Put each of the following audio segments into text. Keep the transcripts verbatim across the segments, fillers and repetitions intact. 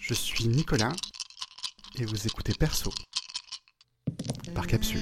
Je suis Nicolas et vous écoutez Perso par Capsule.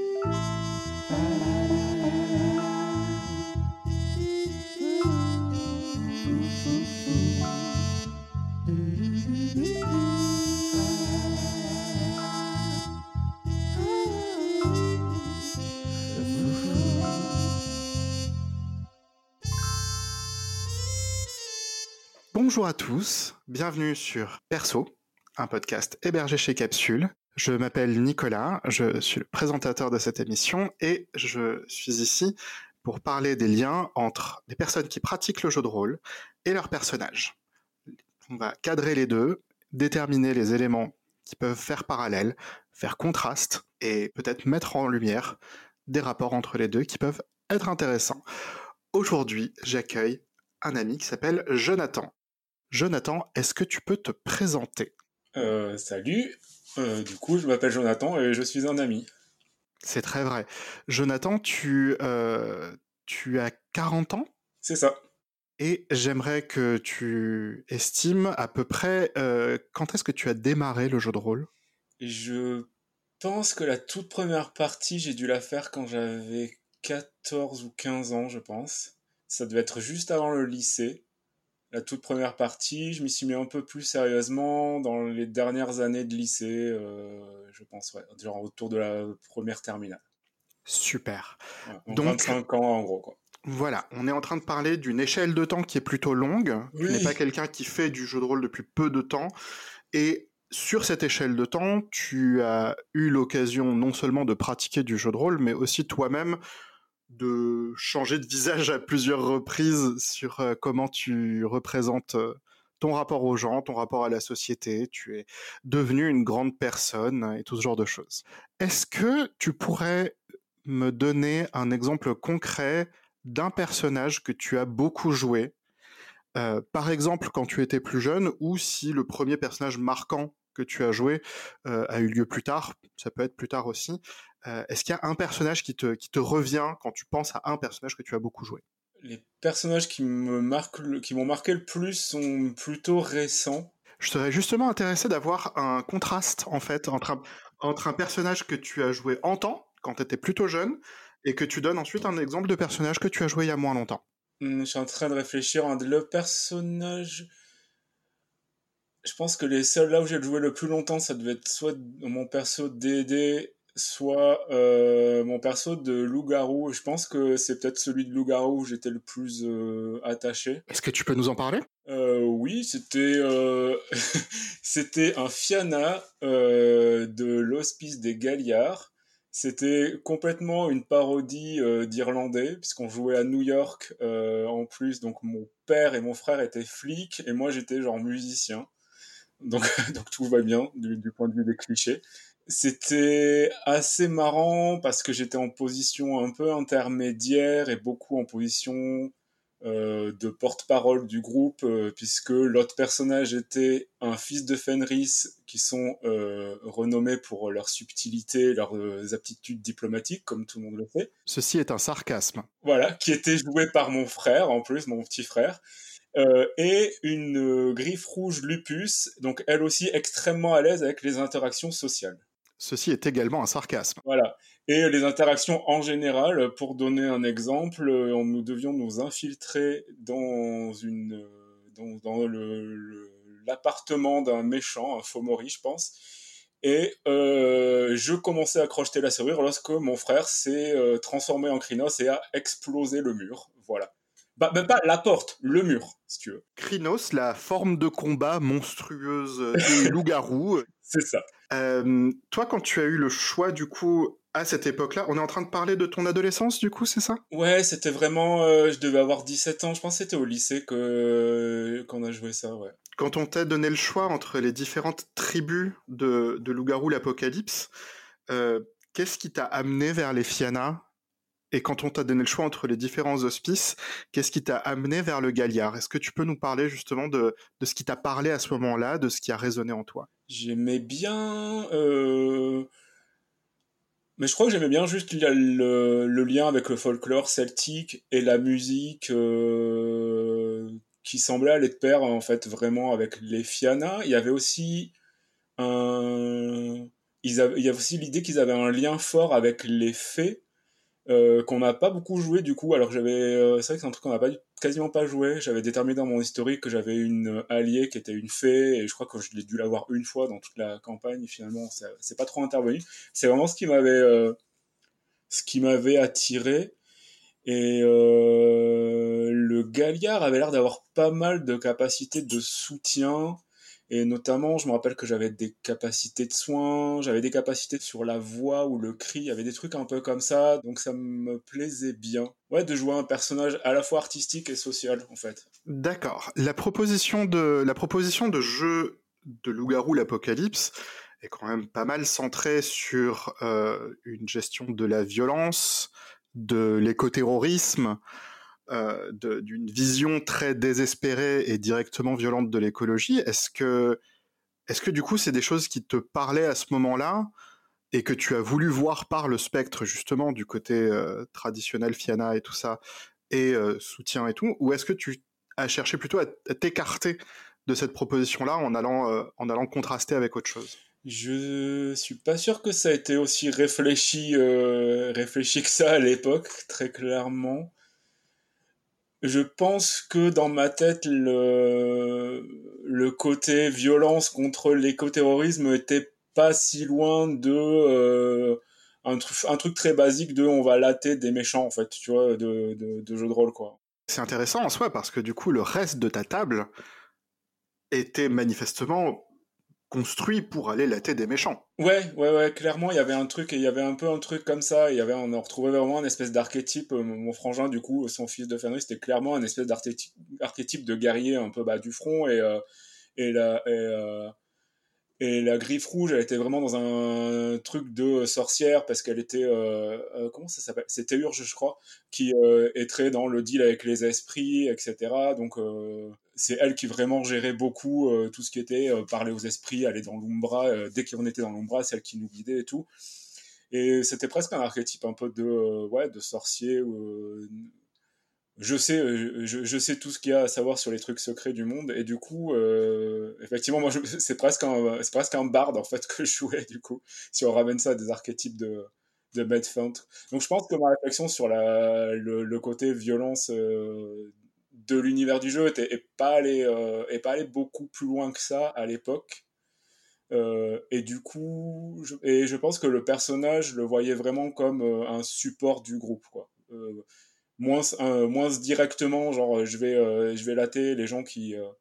Bonjour à tous, bienvenue sur Perso, un podcast hébergé chez Capsule. Je m'appelle Nicolas, je suis le présentateur de cette émission et je suis ici pour parler des liens entre les personnes qui pratiquent le jeu de rôle et leurs personnages. On va cadrer les deux, déterminer les éléments qui peuvent faire parallèle, faire contraste et peut-être mettre en lumière des rapports entre les deux qui peuvent être intéressants. Aujourd'hui, j'accueille un ami qui s'appelle Jonathan. Jonathan, est-ce que tu peux te présenter ? Euh, salut, euh, du coup je m'appelle Jonathan et je suis un ami. C'est très vrai. Jonathan, tu, euh, tu as quarante ans ? C'est ça. Et j'aimerais que tu estimes à peu près euh, quand est-ce que tu as démarré le jeu de rôle ? Je pense que la toute première partie, j'ai dû la faire quand j'avais quatorze ou quinze ans, je pense. Ça devait être juste avant le lycée. La toute première partie, je m'y suis mis un peu plus sérieusement dans les dernières années de lycée, euh, je pense, ouais, genre autour de la première terminale. Super. Ouais, donc, Donc, vingt-cinq ans en gros, quoi. Voilà, on est en train de parler d'une échelle de temps qui est plutôt longue. Oui. Tu n'es pas quelqu'un qui fait du jeu de rôle depuis peu de temps. Et sur cette échelle de temps, tu as eu l'occasion non seulement de pratiquer du jeu de rôle, mais aussi toi-même de changer de visage à plusieurs reprises sur euh, comment tu représentes euh, ton rapport aux gens, ton rapport à la société. Tu es devenu une grande personne et tout ce genre de choses. Est-ce que tu pourrais me donner un exemple concret d'un personnage que tu as beaucoup joué, euh, par exemple quand tu étais plus jeune, ou si le premier personnage marquant que tu as joué euh, a eu lieu plus tard, ça peut être plus tard aussi. Euh, est-ce qu'il y a un personnage qui te, qui te revient quand tu penses à un personnage que tu as beaucoup joué ? Les personnages qui me marquent, le- qui m'ont marqué le plus sont plutôt récents. Je serais justement intéressé d'avoir un contraste en fait entre un, entre un personnage que tu as joué en temps, quand tu étais plutôt jeune, et que tu donnes ensuite un exemple de personnage que tu as joué il y a moins longtemps. Hmm, je suis en train de réfléchir. hein. Le personnage, je pense que les seuls là où j'ai joué le plus longtemps, ça devait être soit mon perso de D D, soit euh, mon perso de loup-garou. Je pense que c'est peut-être celui de loup-garou où j'étais le plus euh, attaché. Est-ce que tu peux nous en parler ? Euh, oui, c'était euh, c'était un Fianna euh, de l'Hospice des Galliards. C'était complètement une parodie euh, d'Irlandais, puisqu'on jouait à New York euh, en plus. Donc mon père et mon frère étaient flics et moi j'étais genre musicien. Donc donc tout va bien du, du point de vue des clichés. C'était assez marrant parce que j'étais en position un peu intermédiaire et beaucoup en position euh, de porte-parole du groupe, euh, puisque l'autre personnage était un fils de Fenris, qui sont euh, renommés pour leur subtilité, leurs euh, aptitudes diplomatiques, comme tout le monde le sait. Ceci est un sarcasme. Voilà, qui était joué par mon frère, en plus, mon petit frère. Euh, et une euh, griffe rouge Lupus, donc elle aussi extrêmement à l'aise avec les interactions sociales. Ceci est également un sarcasme. Voilà. Et les interactions en général, pour donner un exemple, euh, nous devions nous infiltrer dans une dans, dans le, le- l'appartement d'un méchant, un Fomori, je pense. Et euh, je commençais à crocheter la serrure lorsque mon frère s'est euh, transformé en Krynos et a explosé le mur. Voilà. Bah, même pas la porte, le mur, si tu veux. Krynos, la forme de combat monstrueuse des loups-garous. C'est ça. Euh, toi, quand tu as eu le choix, du coup, à cette époque-là, on est en train de parler de ton adolescence, du coup, c'est ça ? Ouais, c'était vraiment... euh, je devais avoir dix-sept ans, je pense que c'était au lycée que qu'on a joué ça, ouais. Quand on t'a donné le choix entre les différentes tribus de, de loups-garous l'Apocalypse, euh, qu'est-ce qui t'a amené vers les Fianna ? Et quand on t'a donné le choix entre les différents hospices, qu'est-ce qui t'a amené vers le Galliard ? Est-ce que tu peux nous parler justement de, de ce qui t'a parlé à ce moment-là, de ce qui a résonné en toi ? J'aimais bien... euh, Mais je crois que j'aimais bien juste le, le- le lien avec le folklore celtique et la musique euh, qui semblait aller de pair en fait vraiment avec les Fianna. Il y avait aussi un... Ils avaient... Il y avait aussi l'idée qu'ils avaient un lien fort avec les fées, euh, qu'on n'a pas beaucoup joué du coup. Alors j'avais, euh, c'est vrai que c'est un truc qu'on n'a pas quasiment pas joué. J'avais déterminé dans mon historique que j'avais une alliée qui était une fée, et je crois que je l'ai dû l'avoir une fois dans toute la campagne. Et finalement, ça, c'est pas trop intervenu. C'est vraiment ce qui m'avait, euh, ce qui m'avait attiré. Et euh, le Galliard avait l'air d'avoir pas mal de capacités de soutien. Et notamment, je me rappelle que j'avais des capacités de soins, j'avais des capacités sur la voix ou le cri, il y avait des trucs un peu comme ça, donc ça me plaisait bien. Ouais, de jouer un personnage à la fois artistique et social, en fait. D'accord. La proposition de, la proposition de jeu de Loup-garou l'Apocalypse est quand même pas mal centrée sur euh, une gestion de la violence, de l'écoterrorisme, euh, de- d'une vision très désespérée et directement violente de l'écologie. Est-ce que, est-ce que du coup c'est des choses qui te parlaient à ce moment-là et que tu as voulu voir par le spectre justement du côté euh, traditionnel Fianna et tout ça, et euh, soutien et tout, ou est-ce que tu as cherché plutôt à, à t'écarter de cette proposition-là en allant, euh, en allant contraster avec autre chose? Je suis pas sûr que ça a été aussi réfléchi, euh, réfléchi que ça à l'époque, très clairement. Je pense que dans ma tête, le, le côté violence contre l'écoterrorisme était pas si loin de euh, un, truc, un truc très basique de on va latter des méchants, en fait, tu vois, de, de, de jeu de rôle, quoi. C'est intéressant en soi parce que du coup le reste de ta table était manifestement construit pour aller latter des méchants. Ouais, ouais, ouais, clairement, il y avait un truc, et il y avait un peu un truc comme ça, il y avait, on en retrouvait vraiment un espèce d'archétype, euh, mon mon frangin, du coup, son fils de Fenris, c'était clairement un espèce d'archétype archétype de guerrier un peu bas du front, et, euh, et, la, et, euh, et la Griffe Rouge, elle était vraiment dans un truc de sorcière, parce qu'elle était, euh, euh, comment ça s'appelle? C'était Urge, je crois, qui euh, est très dans le deal avec les esprits, et cetera. Donc, euh, c'est elle qui vraiment gérait beaucoup euh, tout ce qui était euh, parler aux esprits, aller dans l'Umbra. Euh, dès qu'on était dans l'Umbra, c'est elle qui nous guidait et tout. Et c'était presque un archétype un peu de, euh, ouais, de sorcier. Euh, je sais, euh, je, je sais tout ce qu'il y a à savoir sur les trucs secrets du monde. Et du coup, euh, effectivement, moi, je- c'est presque un, c'est presque un barde en fait que je jouais du coup. Si on ramène ça à des archétypes de de Medfant. Donc je pense que ma réflexion sur la, le, le côté violence euh, de l'univers du jeu était, est pas allé, euh, est pas allé beaucoup plus loin que ça à l'époque. Euh, et du coup, je, et je pense que le personnage je le voyais vraiment comme euh, un support du groupe, quoi. Euh, moins, euh, moins directement, genre je vais, euh, je vais latter les gens qui, euh,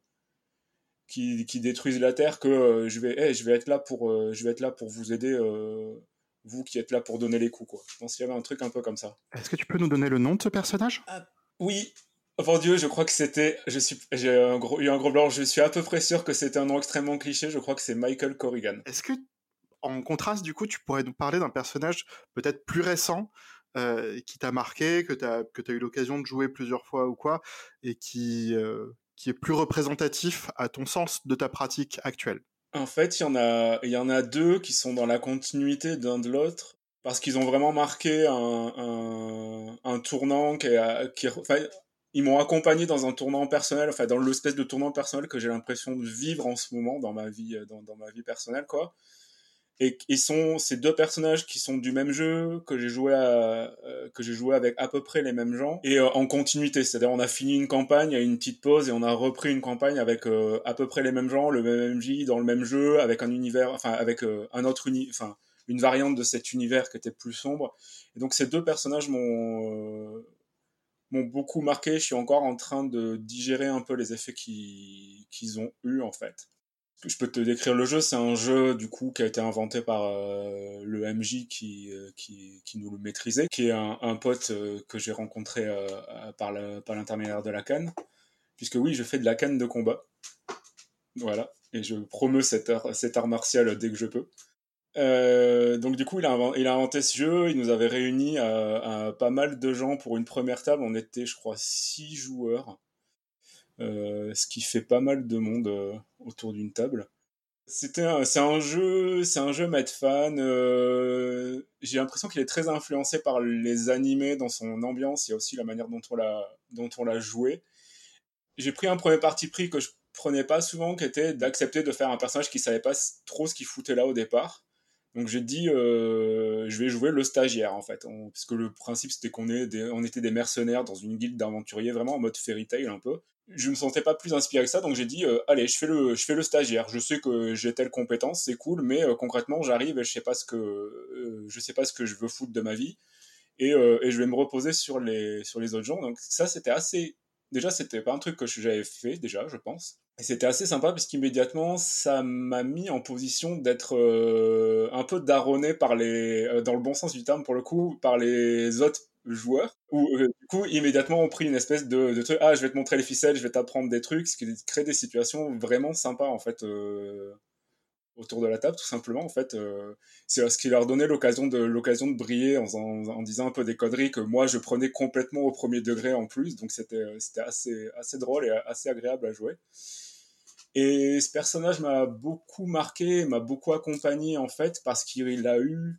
qui, qui détruisent la terre que euh, je vais, hey, je vais être là pour, euh, je vais être là pour vous aider, euh, vous qui êtes là pour donner les coups, quoi. Je pense qu'il y avait un truc un peu comme ça. Est-ce que tu peux nous donner le nom de ce personnage? Ah, oui. Mon Dieu, je crois que c'était, je suis, j'ai un gros, eu un gros blanc. Je suis à peu près sûr que c'était un nom extrêmement cliché. Je crois que c'est Michael Corrigan. Est-ce que, en contraste, du coup, tu pourrais nous parler d'un personnage peut-être plus récent euh, qui t'a marqué, que tu as que t'as eu l'occasion de jouer plusieurs fois ou quoi, et qui, euh, qui est plus représentatif à ton sens de ta pratique actuelle? En fait, il y en a, il y en a deux qui sont dans la continuité d'un de l'autre parce qu'ils ont vraiment marqué un, un, un tournant qui est, qui est- enfin, ils m'ont accompagné dans un tournant personnel, enfin, dans l'espèce de tournant personnel que j'ai l'impression de vivre en ce moment dans ma vie, dans, dans ma vie personnelle, quoi. Et ils sont ces deux personnages qui sont du même jeu que j'ai joué à, euh, que j'ai joué avec à peu près les mêmes gens et euh, en continuité, c'est-à-dire on a fini une campagne, il y a eu une petite pause et on a repris une campagne avec euh, à peu près les mêmes gens, le même M J dans le même jeu, avec un univers, enfin avec euh, un autre uni, enfin une variante de cet univers qui était plus sombre. Et donc ces deux personnages m'ont euh, m'ont beaucoup marqué. Je suis encore en train de digérer un peu les effets qu'ils qu'ils ont eu en fait. Je peux te décrire le jeu, c'est un jeu du coup qui a été inventé par euh, le M J qui, euh, qui, qui nous le maîtrisait, qui est un, un pote euh, que j'ai rencontré euh, par, le, par l'intermédiaire de la canne, puisque oui, je fais de la canne de combat, voilà, et je promeus cet art, cet art martial dès que je peux. Euh, donc du coup, il a, inventé, il a inventé ce jeu, il nous avait réunis à, à pas mal de gens pour une première table, on était je crois six joueurs, euh, ce qui fait pas mal de monde euh, autour d'une table. C'était un, c'est un jeu, c'est un jeu Medfan. Euh, j'ai l'impression qu'il est très influencé par les animés dans son ambiance. Il y a aussi la manière dont on l'a, dont on l'a joué. j'ai pris un premier parti pris que je prenais pas souvent, qui était d'accepter de faire un personnage qui savait pas trop ce qu'il foutait là au départ. Donc j'ai dit, euh, je vais jouer le stagiaire en fait, on, parce que le principe c'était qu'on est des, on était des mercenaires dans une guilde d'aventuriers, vraiment en mode fairy tale un peu. Je me sentais pas plus inspiré que ça, donc j'ai dit, euh, allez, je fais le, je fais le stagiaire. Je sais que j'ai telle compétence, c'est cool, mais euh, concrètement j'arrive et je sais pas ce que, euh, je sais pas ce que je veux foutre de ma vie, et, euh, et je vais me reposer sur les, sur les autres gens. Donc ça c'était assez, déjà c'était pas un truc que j'avais fait déjà, je pense. Et c'était assez sympa parce qu'immédiatement, ça m'a mis en position d'être euh, un peu daronné par les, euh, dans le bon sens du terme pour le coup, par les autres joueurs. Où euh, du coup, immédiatement, on prit une espèce de, de truc. Ah, je vais te montrer les ficelles, je vais t'apprendre des trucs, ce qui crée des situations vraiment sympas en fait. Euh, autour de la table, tout simplement. En fait, euh, c'est ce qui leur donnait l'occasion de l'occasion de briller en, en, en disant un peu des conneries que moi je prenais complètement au premier degré en plus. Donc c'était c'était assez assez drôle et assez agréable à jouer. Et ce personnage m'a beaucoup marqué, m'a beaucoup accompagné en fait parce qu'il a eu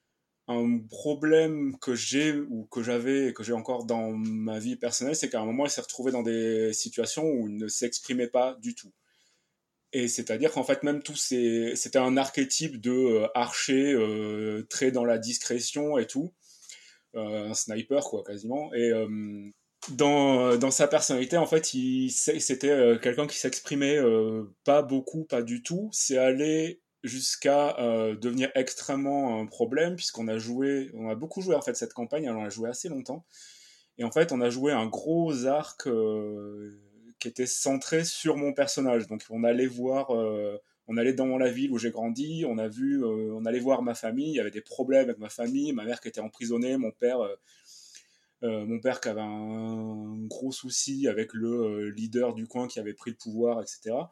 un problème que j'ai ou que j'avais et que j'ai encore dans ma vie personnelle, c'est qu'à un moment il s'est retrouvé dans des situations où il ne s'exprimait pas du tout. Et c'est-à-dire qu'en fait, même tous ces... C'était un archétype de euh, archer euh, très dans la discrétion et tout. Euh, un sniper, quoi, quasiment. Et euh, dans, dans sa personnalité, en fait, il, c'était euh, quelqu'un qui s'exprimait euh, pas beaucoup, pas du tout. C'est allé jusqu'à euh, devenir extrêmement un problème, puisqu'on a joué... On a beaucoup joué, en fait, cette campagne. Alors, on a joué assez longtemps. Et en fait, on a joué un gros arc euh, qui était centré sur mon personnage. Donc, on allait voir, euh, on allait dans la ville où j'ai grandi, on a vu, euh, on allait voir ma famille. Il y avait des problèmes avec ma famille, ma mère qui était emprisonnée, mon père, euh, euh, mon père qui avait un gros souci avec le euh, leader du coin qui avait pris le pouvoir, et cetera.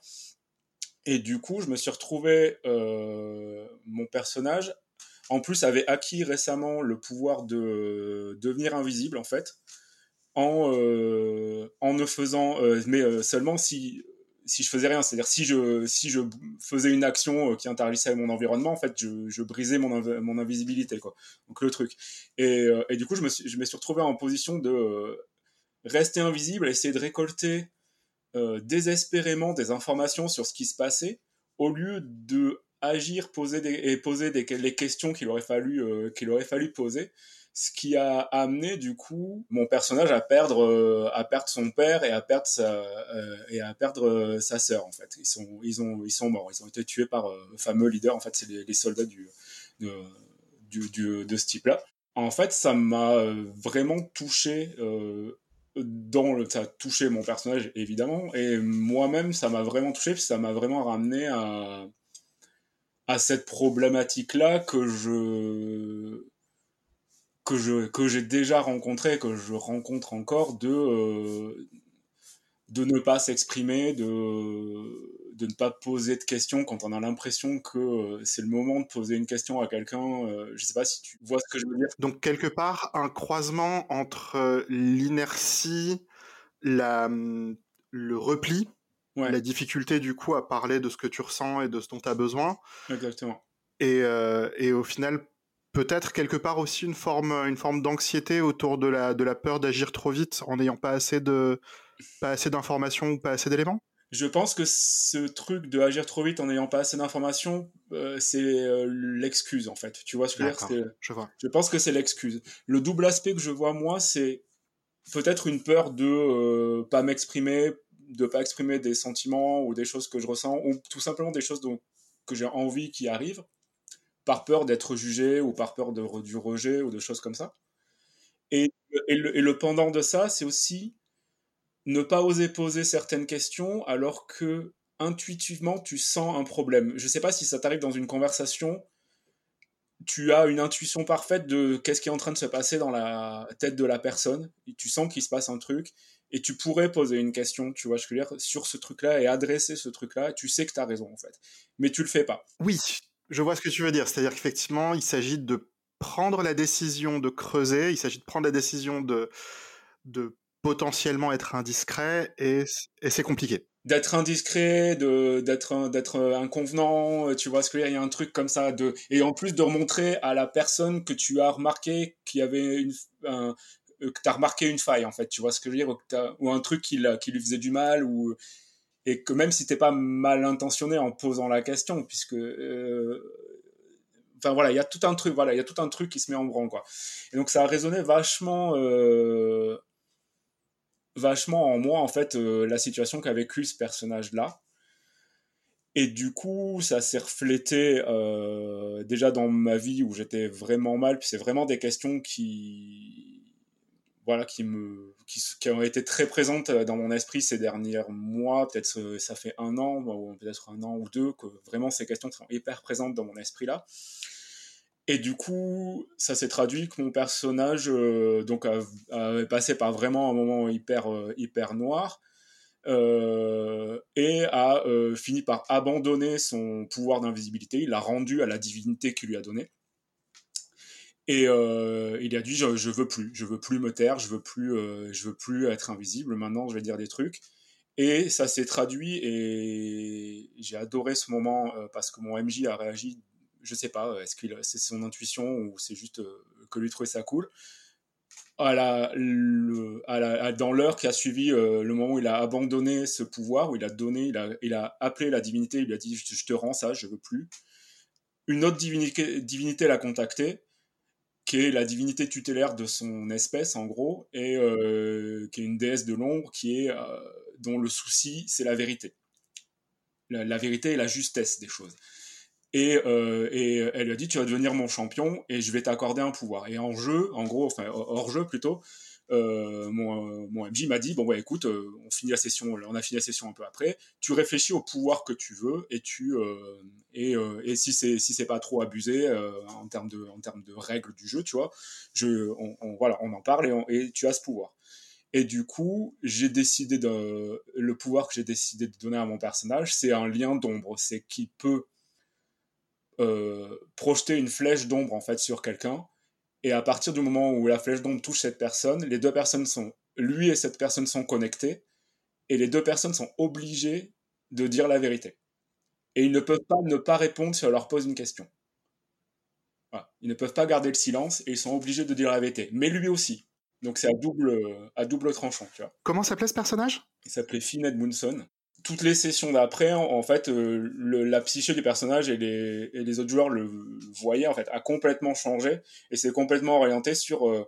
Et du coup, je me suis retrouvé, euh, mon personnage, en plus, avait acquis récemment le pouvoir de devenir invisible, en fait en, euh, en ne faisant, euh, mais euh, seulement si, si je faisais rien. C'est-à-dire si je, si je faisais une action euh, qui interagissait avec mon environnement, en fait, je, je brisais mon, inv- mon invisibilité, quoi. Donc le truc. Et, euh, et du coup, je me, suis, je me suis retrouvé en position de euh, rester invisible, essayer de récolter euh, désespérément des informations sur ce qui se passait, au lieu de agir, poser des, et poser des, les questions qu'il aurait fallu, euh, qu'il aurait fallu poser, ce qui a amené du coup mon personnage à perdre, euh, à perdre son père et à perdre sa, euh, et à perdre euh, sa sœur en fait. Ils sont, ils ont, ils sont morts. Ils ont été tués par euh, le fameux leader. En fait, c'est les, les soldats du, de, du, du, de ce type-là. En fait, ça m'a euh, vraiment touché. Euh, dans le, ça a touché mon personnage évidemment, et moi-même ça m'a vraiment touché, puis ça m'a vraiment ramené à, à cette problématique-là que je que je que j'ai déjà rencontré, que je rencontre encore, de euh, de ne pas s'exprimer, de de ne pas poser de questions quand on a l'impression que euh, c'est le moment de poser une question à quelqu'un. Euh, je sais pas si tu vois ce que je veux dire. Donc quelque part, un croisement entre euh, l'inertie, la, hum, le repli, Ouais, la difficulté du coup à parler de ce que tu ressens et de ce dont tu as besoin, exactement. et, euh, et au final peut-être quelque part aussi une forme, une forme d'anxiété autour de la, de la peur d'agir trop vite en n'ayant pas assez de, pas assez d'informations ou pas assez d'éléments. Je pense que ce truc de agir trop vite en n'ayant pas assez d'informations, euh, c'est euh, l'excuse en fait. Tu vois ce que je veux dire? D'accord, C'est, je vois. je pense que c'est l'excuse. Le double aspect que je vois moi, c'est peut-être une peur de euh, pas m'exprimer, de pas exprimer des sentiments ou des choses que je ressens, ou tout simplement des choses dont, que j'ai envie qui arrivent, par peur d'être jugé ou par peur de, du rejet ou de choses comme ça. Et, et, le, et le pendant de ça, c'est aussi ne pas oser poser certaines questions alors que intuitivement tu sens un problème. Je sais pas si ça t'arrive dans une conversation, tu as une intuition parfaite de qu'est-ce qui est en train de se passer dans la tête de la personne, et tu sens qu'il se passe un truc, et tu pourrais poser une question, tu vois, je veux dire, sur ce truc-là et adresser ce truc-là, tu sais que tu as raison en fait, mais tu le fais pas. Oui, je vois ce que tu veux dire. C'est-à-dire qu'effectivement, il s'agit de prendre la décision de creuser, il s'agit de prendre la décision de, de potentiellement être indiscret, et, et c'est compliqué. D'être indiscret, de d'être d'être inconvenant, tu vois ce que je veux dire, il y a un truc comme ça de et en plus de remontrer à la personne que tu as remarqué qu'il y avait une un, que t'as remarqué une faille, en fait, tu vois ce que je veux dire, ou, que ou un truc qui, qui lui faisait du mal, ou, et que même si t'es pas mal intentionné en posant la question, puisque... Euh, Enfin voilà, il y a tout un truc, voilà, il y a tout un truc qui se met en branle, quoi. Et donc ça a résonné vachement, euh, vachement en moi en fait euh, la situation qu'a vécu ce personnage-là. Et du coup, ça s'est reflété euh, déjà dans ma vie où j'étais vraiment mal. Puis c'est vraiment des questions qui, voilà, qui me, qui, qui ont été très présentes dans mon esprit ces derniers mois. Peut-être euh, ça fait un an, ou peut-être un an ou deux, que vraiment ces questions sont hyper présentes dans mon esprit là. Et du coup, ça s'est traduit que mon personnage euh, donc a, a passé par vraiment un moment hyper euh, hyper noir euh, et a euh, fini par abandonner son pouvoir d'invisibilité. Il l'a rendu à la divinité qui lui a donné. Et euh, il a dit je, je veux plus, je veux plus me taire, je veux plus, euh, je veux plus être invisible. Maintenant, je vais dire des trucs. Et ça s'est traduit et j'ai adoré ce moment euh, parce que mon M J a réagi. Je sais pas, est-ce que c'est son intuition ou c'est juste euh, que lui trouvait ça cool. À la, le, à la, à, dans l'heure qui a suivi euh, le moment où il a abandonné ce pouvoir, où il a donné, il a, il a appelé la divinité, il lui a dit je, je te rends ça, je veux plus. Une autre divinité, divinité l'a contacté, qui est la divinité tutélaire de son espèce en gros, et euh, qui est une déesse de l'ombre, qui est euh, dont le souci c'est la vérité, la, la vérité et la justesse des choses. Et, euh, et elle lui a dit tu vas devenir mon champion et je vais t'accorder un pouvoir. Et en jeu, en gros, enfin hors jeu plutôt, euh, mon, mon M J m'a dit bon ouais écoute, euh, on finit la session, on a fini la session un peu après. Tu réfléchis au pouvoir que tu veux et tu euh, et, euh, et si c'est si c'est pas trop abusé euh, en termes de en termes de règles du jeu, tu vois, je on, on voilà on en parle et, on, et tu as ce pouvoir. Et du coup, j'ai décidé de le pouvoir que j'ai décidé de donner à mon personnage, c'est un lien d'ombre, c'est qu'il peut euh, projeter une flèche d'ombre en fait sur quelqu'un et à partir du moment où la flèche d'ombre touche cette personne, les deux personnes sont lui et cette personne sont connectés et les deux personnes sont obligées de dire la vérité et ils ne peuvent pas ne pas répondre si on leur pose une question. Voilà. Ils ne peuvent pas garder le silence et ils sont obligés de dire la vérité, mais lui aussi. Donc c'est à double à double tranchant, tu vois. Comment s'appelait ce personnage? Il s'appelait Finn Edmundson. Toutes les sessions d'après, en, en fait, euh, le, la psyché du personnage et les, et les autres joueurs le voyaient, en fait, a complètement changé et c'est complètement orienté sur euh,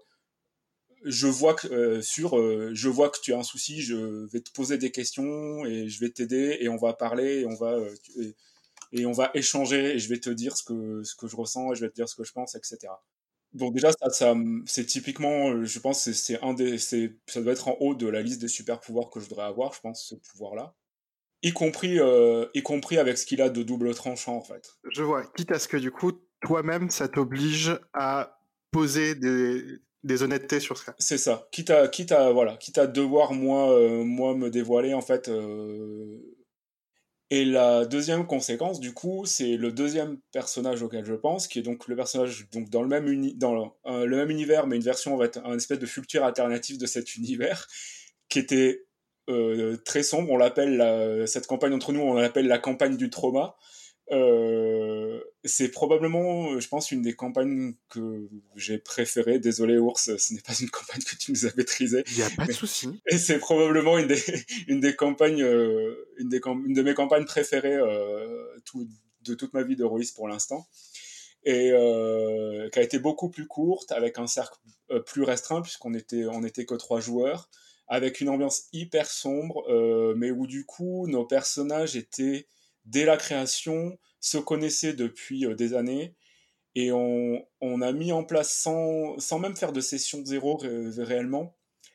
je vois que euh, sur euh, je vois que tu as un souci, je vais te poser des questions et je vais t'aider et on va parler et on va euh, et, et on va échanger et je vais te dire ce que ce que je ressens et je vais te dire ce que je pense, et cetera. Donc déjà ça, ça c'est typiquement, euh, je pense, c'est c'est un des, c'est ça doit être en haut de la liste des super pouvoirs que je voudrais avoir, je pense, ce pouvoir-là. Y compris, euh, y compris avec ce qu'il a de double tranchant, en fait. Je vois. Quitte à ce que du coup, toi-même, ça t'oblige à poser des, des honnêtetés sur ça. C'est ça. Quitte à, quitte à, voilà, quitte à devoir, moi, euh, moi me dévoiler, en fait. euh, Et la deuxième conséquence, du coup, c'est le deuxième personnage auquel je pense, qui est donc le personnage donc dans le même, uni dans le, euh, le même univers, mais une version, on va être un espèce de futur alternatif de cet univers, qui était euh, très sombre. On l'appelle, cette campagne entre nous, on l'appelle la campagne du trauma. Euh, c'est probablement, je pense, une des campagnes que j'ai préférées. Désolé, Ours, ce n'est pas une campagne que tu nous as maîtrisée. Il n'y a pas de Mais... souci. Et c'est probablement une des, une des campagnes, euh, une, des, une de mes campagnes préférées euh, tout, de toute ma vie de release pour l'instant. Et euh, qui a été beaucoup plus courte, avec un cercle euh, plus restreint, puisqu'on était, on était que trois joueurs, avec une ambiance hyper sombre, euh, mais où du coup, nos personnages étaient, dès la création, se connaissaient depuis euh, des années, et on, on a mis en place, sans, sans même faire de session zéro ré, réellement,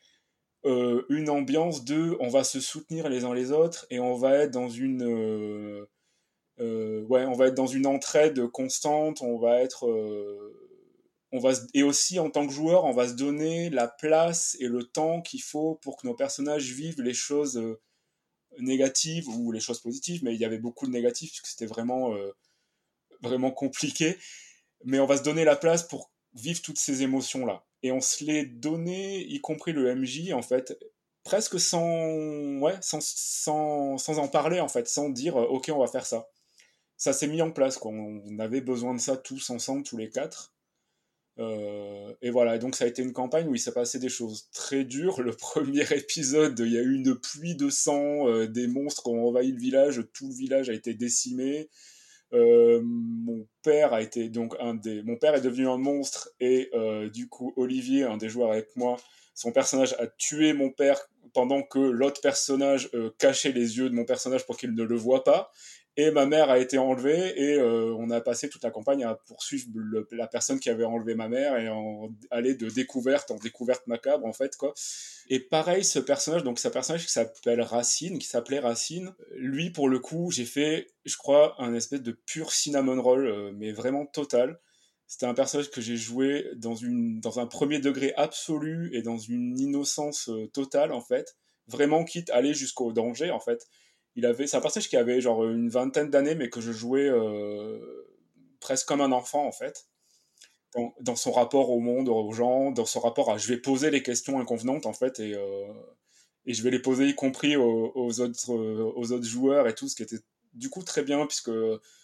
euh, une ambiance de on va se soutenir les uns les autres, et on va être dans une... Euh, euh, ouais, on va être dans une entraide constante, on va être... Euh, on va se, et aussi en tant que joueur, on va se donner la place et le temps qu'il faut pour que nos personnages vivent les choses euh, négatives ou les choses positives, mais il y avait beaucoup de négatifs puisque c'était vraiment, euh, vraiment compliqué. Mais on va se donner la place pour vivre toutes ces émotions-là. Et on se les donnait, y compris le M J, en fait, presque sans, ouais, sans, sans, sans en parler, en fait, sans dire, euh, ok, on va faire ça. Ça s'est mis en place, quoi. On avait besoin de ça tous ensemble, tous les quatre. Euh, et voilà, donc ça a été une campagne où il s'est passé des choses très dures. Le premier épisode, il y a eu une pluie de sang, euh, des monstres ont envahi le village, tout le village a été décimé. Euh, mon père a été donc un des, mon père est devenu un monstre et euh, du coup Olivier, un des joueurs avec moi, son personnage a tué mon père pendant que l'autre personnage euh, cachait les yeux de mon personnage pour qu'il ne le voie pas. Et ma mère a été enlevée et euh, on a passé toute la campagne à poursuivre le, la personne qui avait enlevé ma mère et en aller de découverte en découverte macabre en fait quoi. Et pareil ce personnage, donc c'est un personnage qui s'appelle Racine, qui s'appelait Racine. Lui pour le coup j'ai fait, je crois, un espèce de pur cinnamon roll, euh, mais vraiment total. C'était un personnage que j'ai joué dans une dans un premier degré absolu et dans une innocence euh, totale en fait, vraiment quitte à aller jusqu'au danger en fait. Il avait, c'est un personnage qui avait genre une vingtaine d'années, mais que je jouais euh, presque comme un enfant en fait, dans, dans son rapport au monde, aux gens, dans son rapport à je vais poser les questions inconvenantes en fait, et, euh, et je vais les poser y compris aux, aux, autres, euh, aux autres joueurs et tout, ce qui était du coup très bien, puisque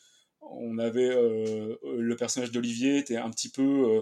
on avait euh, le personnage d'Olivier était un petit peu euh,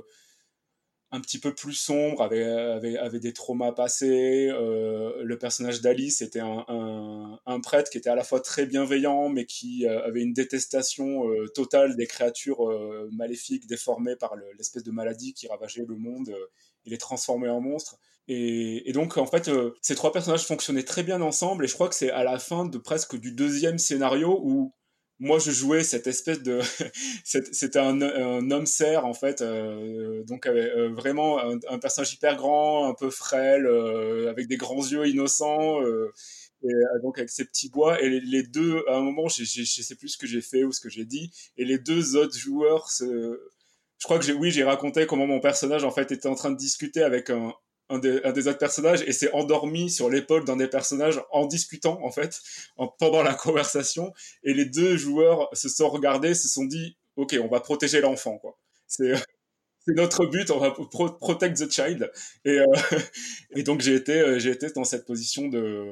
un petit peu plus sombre, avait, avait, avait des traumas passés. Euh, le personnage d'Alice était un, un, un prêtre qui était à la fois très bienveillant, mais qui euh, avait une détestation euh, totale des créatures euh, maléfiques, déformées par le, l'espèce de maladie qui ravageait le monde. Euh, il les transformait en monstres. Et, et donc, en fait, euh, ces trois personnages fonctionnaient très bien ensemble, et je crois que c'est à la fin de presque du deuxième scénario où moi je jouais cette espèce de c'était un, un homme cerf en fait, euh, donc euh, vraiment un, un personnage hyper grand, un peu frêle, euh, avec des grands yeux innocents, euh, et euh, donc avec ses petits bois. Et les, les deux, à un moment, je sais plus ce que j'ai fait ou ce que j'ai dit, et les deux autres joueurs se, je crois que j'ai, oui, j'ai raconté comment mon personnage en fait était en train de discuter avec un, un, des, un des autres personnages et s'est endormi sur l'épaule d'un des personnages en discutant en fait en, pendant la conversation, et les deux joueurs se sont regardés, se sont dit ok, on va protéger l'enfant quoi. C'est c'est notre but, on va pro- protect the child. Et, euh, et donc j'ai été j'ai été dans cette position de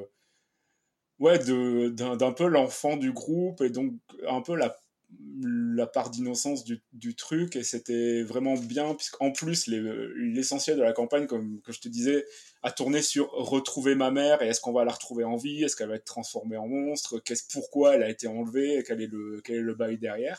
ouais de d'un, d'un peu l'enfant du groupe, et donc un peu la la part d'innocence du, du truc, et c'était vraiment bien puisqu'en plus les, l'essentiel de la campagne, comme que je te disais, a tourné sur retrouver ma mère, et est-ce qu'on va la retrouver en vie, est-ce qu'elle va être transformée en monstre, qu'est-ce pourquoi elle a été enlevée, quel est le quel est le bail derrière.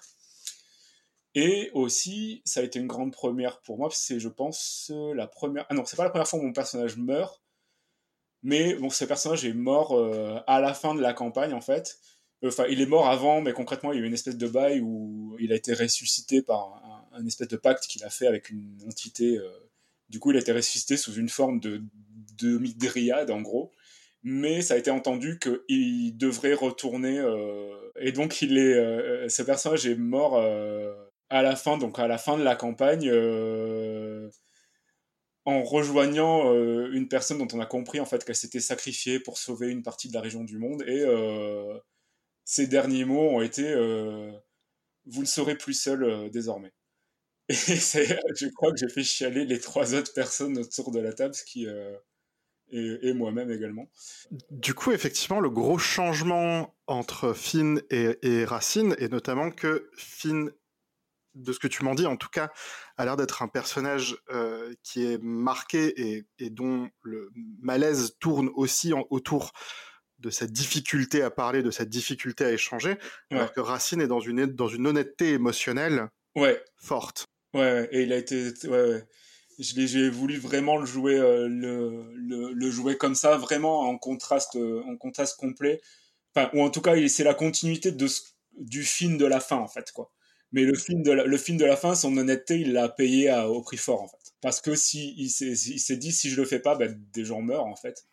Et aussi ça a été une grande première pour moi, parce que c'est, je pense, la première, ah non, c'est pas la première fois où mon personnage meurt, mais bon, ce personnage est mort euh, à la fin de la campagne en fait. Enfin, il est mort avant, mais concrètement, il y a eu une espèce de bail où il a été ressuscité par un, un espèce de pacte qu'il a fait avec une entité. Euh, du coup, il a été ressuscité sous une forme de demi-dryade, en gros. Mais ça a été entendu qu'il devrait retourner. Euh, et donc, il est, euh, ce personnage est mort euh, à la fin, donc à la fin de la campagne. Euh, en rejoignant euh, une personne dont on a compris en fait qu'elle s'était sacrifiée pour sauver une partie de la région du monde, et euh, ces derniers mots ont été euh, vous ne serez plus seul euh, désormais. Et c'est, je crois que j'ai fait chialer les trois autres personnes autour de la table, ce qui euh, et, et moi-même également. Du coup, effectivement, le gros changement entre Finn et, et Racine, et notamment que Finn, de ce que tu m'en dis, en tout cas, a l'air d'être un personnage euh, qui est marqué et, et dont le malaise tourne aussi en, autour de cette difficulté à parler, de cette difficulté à échanger, Ouais, alors que Racine est dans une, dans une honnêteté émotionnelle ouais, forte. ouais, ouais. Et il a été, ouais, ouais. Je l'ai, j'ai voulu vraiment le jouer, euh, le, le, le jouer comme ça, vraiment en contraste, euh, en contraste complet. Enfin, ou en tout cas, c'est la continuité de ce, du film de la fin, en fait, quoi. Mais le film de la, le film de la fin, son honnêteté, il l'a payé à, au prix fort, en fait. Parce que si il s'est, il s'est dit, si je le fais pas, ben, des gens meurent, en fait.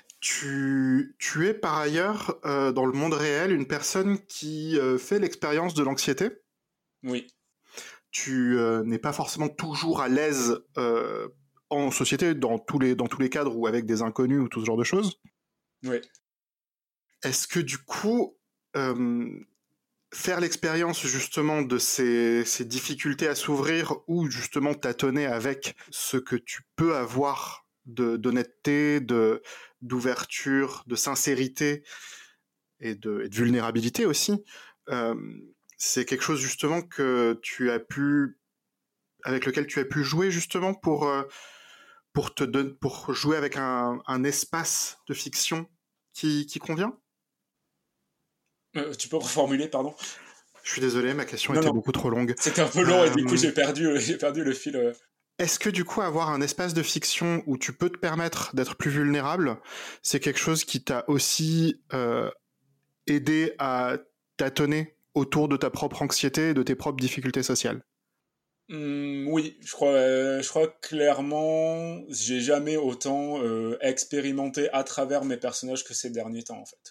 Tu, tu es par ailleurs, euh, dans le monde réel, une personne qui euh, fait l'expérience de l'anxiété. Oui, Tu euh, n'es pas forcément toujours à l'aise euh, en société, dans tous, les, dans tous les cadres ou avec des inconnus ou tout ce genre de choses. oui. Est-ce que du coup, euh, faire l'expérience justement de ces, ces difficultés à s'ouvrir ou justement tâtonner avec ce que tu peux avoir de, d'honnêteté, de, d'ouverture, de sincérité et de, et de vulnérabilité aussi, euh, c'est quelque chose justement que tu as pu avec lequel tu as pu jouer justement pour, euh, pour, te don- pour jouer avec un, un espace de fiction qui, qui convient? Euh, tu peux reformuler, pardon? Je suis désolé, ma question Non, était non, beaucoup trop longue. c'était un peu long et du coup Euh, j'ai perdu, j'ai perdu le fil. euh. Est-ce que du coup avoir un espace de fiction où tu peux te permettre d'être plus vulnérable, c'est quelque chose qui t'a aussi euh, aidé à tâtonner autour de ta propre anxiété et de tes propres difficultés sociales? Hmm, oui, je crois, euh, je crois clairement, j'ai jamais autant euh, expérimenté à travers mes personnages que ces derniers temps, en fait.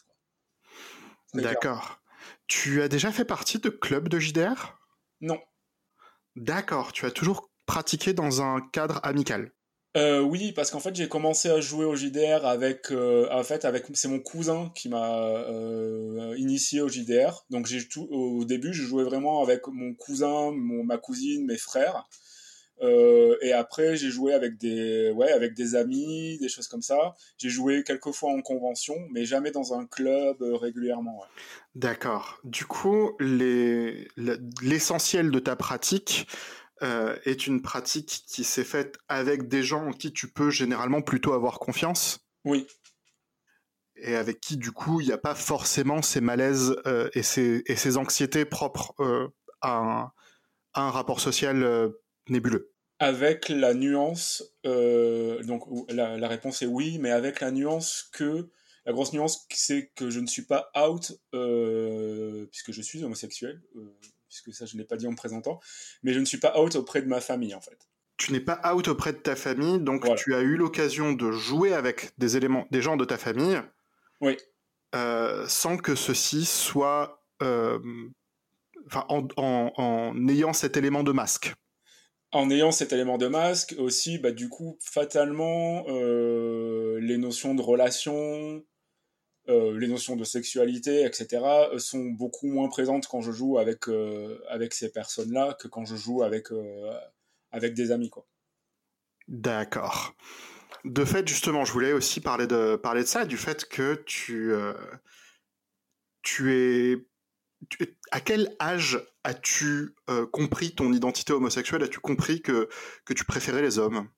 Très clairement. D'accord. Tu as déjà fait partie de clubs de J D R? Non. D'accord, tu as toujours pratiqué dans un cadre amical. Euh, oui, parce qu'en fait, j'ai commencé à jouer au J D R avec, euh, en fait, avec, c'est mon cousin qui m'a euh, initié au J D R. Donc, j'ai tout, au début, je jouais vraiment avec mon cousin, mon, ma cousine, mes frères. Euh, et après, j'ai joué avec des, ouais, avec des amis, des choses comme ça. J'ai joué quelques fois en convention, mais jamais dans un club euh, régulièrement. Ouais. D'accord. Du coup, les- le- l'essentiel de ta pratique euh, est une pratique qui s'est faite avec des gens en qui tu peux généralement plutôt avoir confiance Oui, et avec qui, du coup, il n'y a pas forcément ces malaises euh, et, ces, et ces anxiétés propres euh, à, un, à un rapport social euh, nébuleux. avec la nuance, euh, donc ou- la, la réponse est oui, mais avec la nuance que, la grosse nuance, c'est que je ne suis pas out, euh, puisque je suis homosexuel, euh, puisque ça je ne l'ai pas dit en me présentant, mais je ne suis pas out auprès de ma famille en fait. Tu n'es pas out auprès de ta famille, donc Voilà. tu as eu l'occasion de jouer avec des éléments, des gens de ta famille, Oui. euh, sans que ceci soit, euh, enfin, en, en, en ayant cet élément de masque. En ayant cet élément de masque, aussi, bah, du coup, fatalement, euh, les notions de relation, euh, les notions de sexualité, et cetera, euh, sont beaucoup moins présentes quand je joue avec, euh, avec ces personnes-là que quand je joue avec, euh, avec des amis, quoi. D'accord. De fait, justement, je voulais aussi parler de, parler de ça, du fait que tu, euh, tu es... tu- à quel âge as-tu euh, compris ton identité homosexuelle? As-tu compris que, que tu préférais les hommes?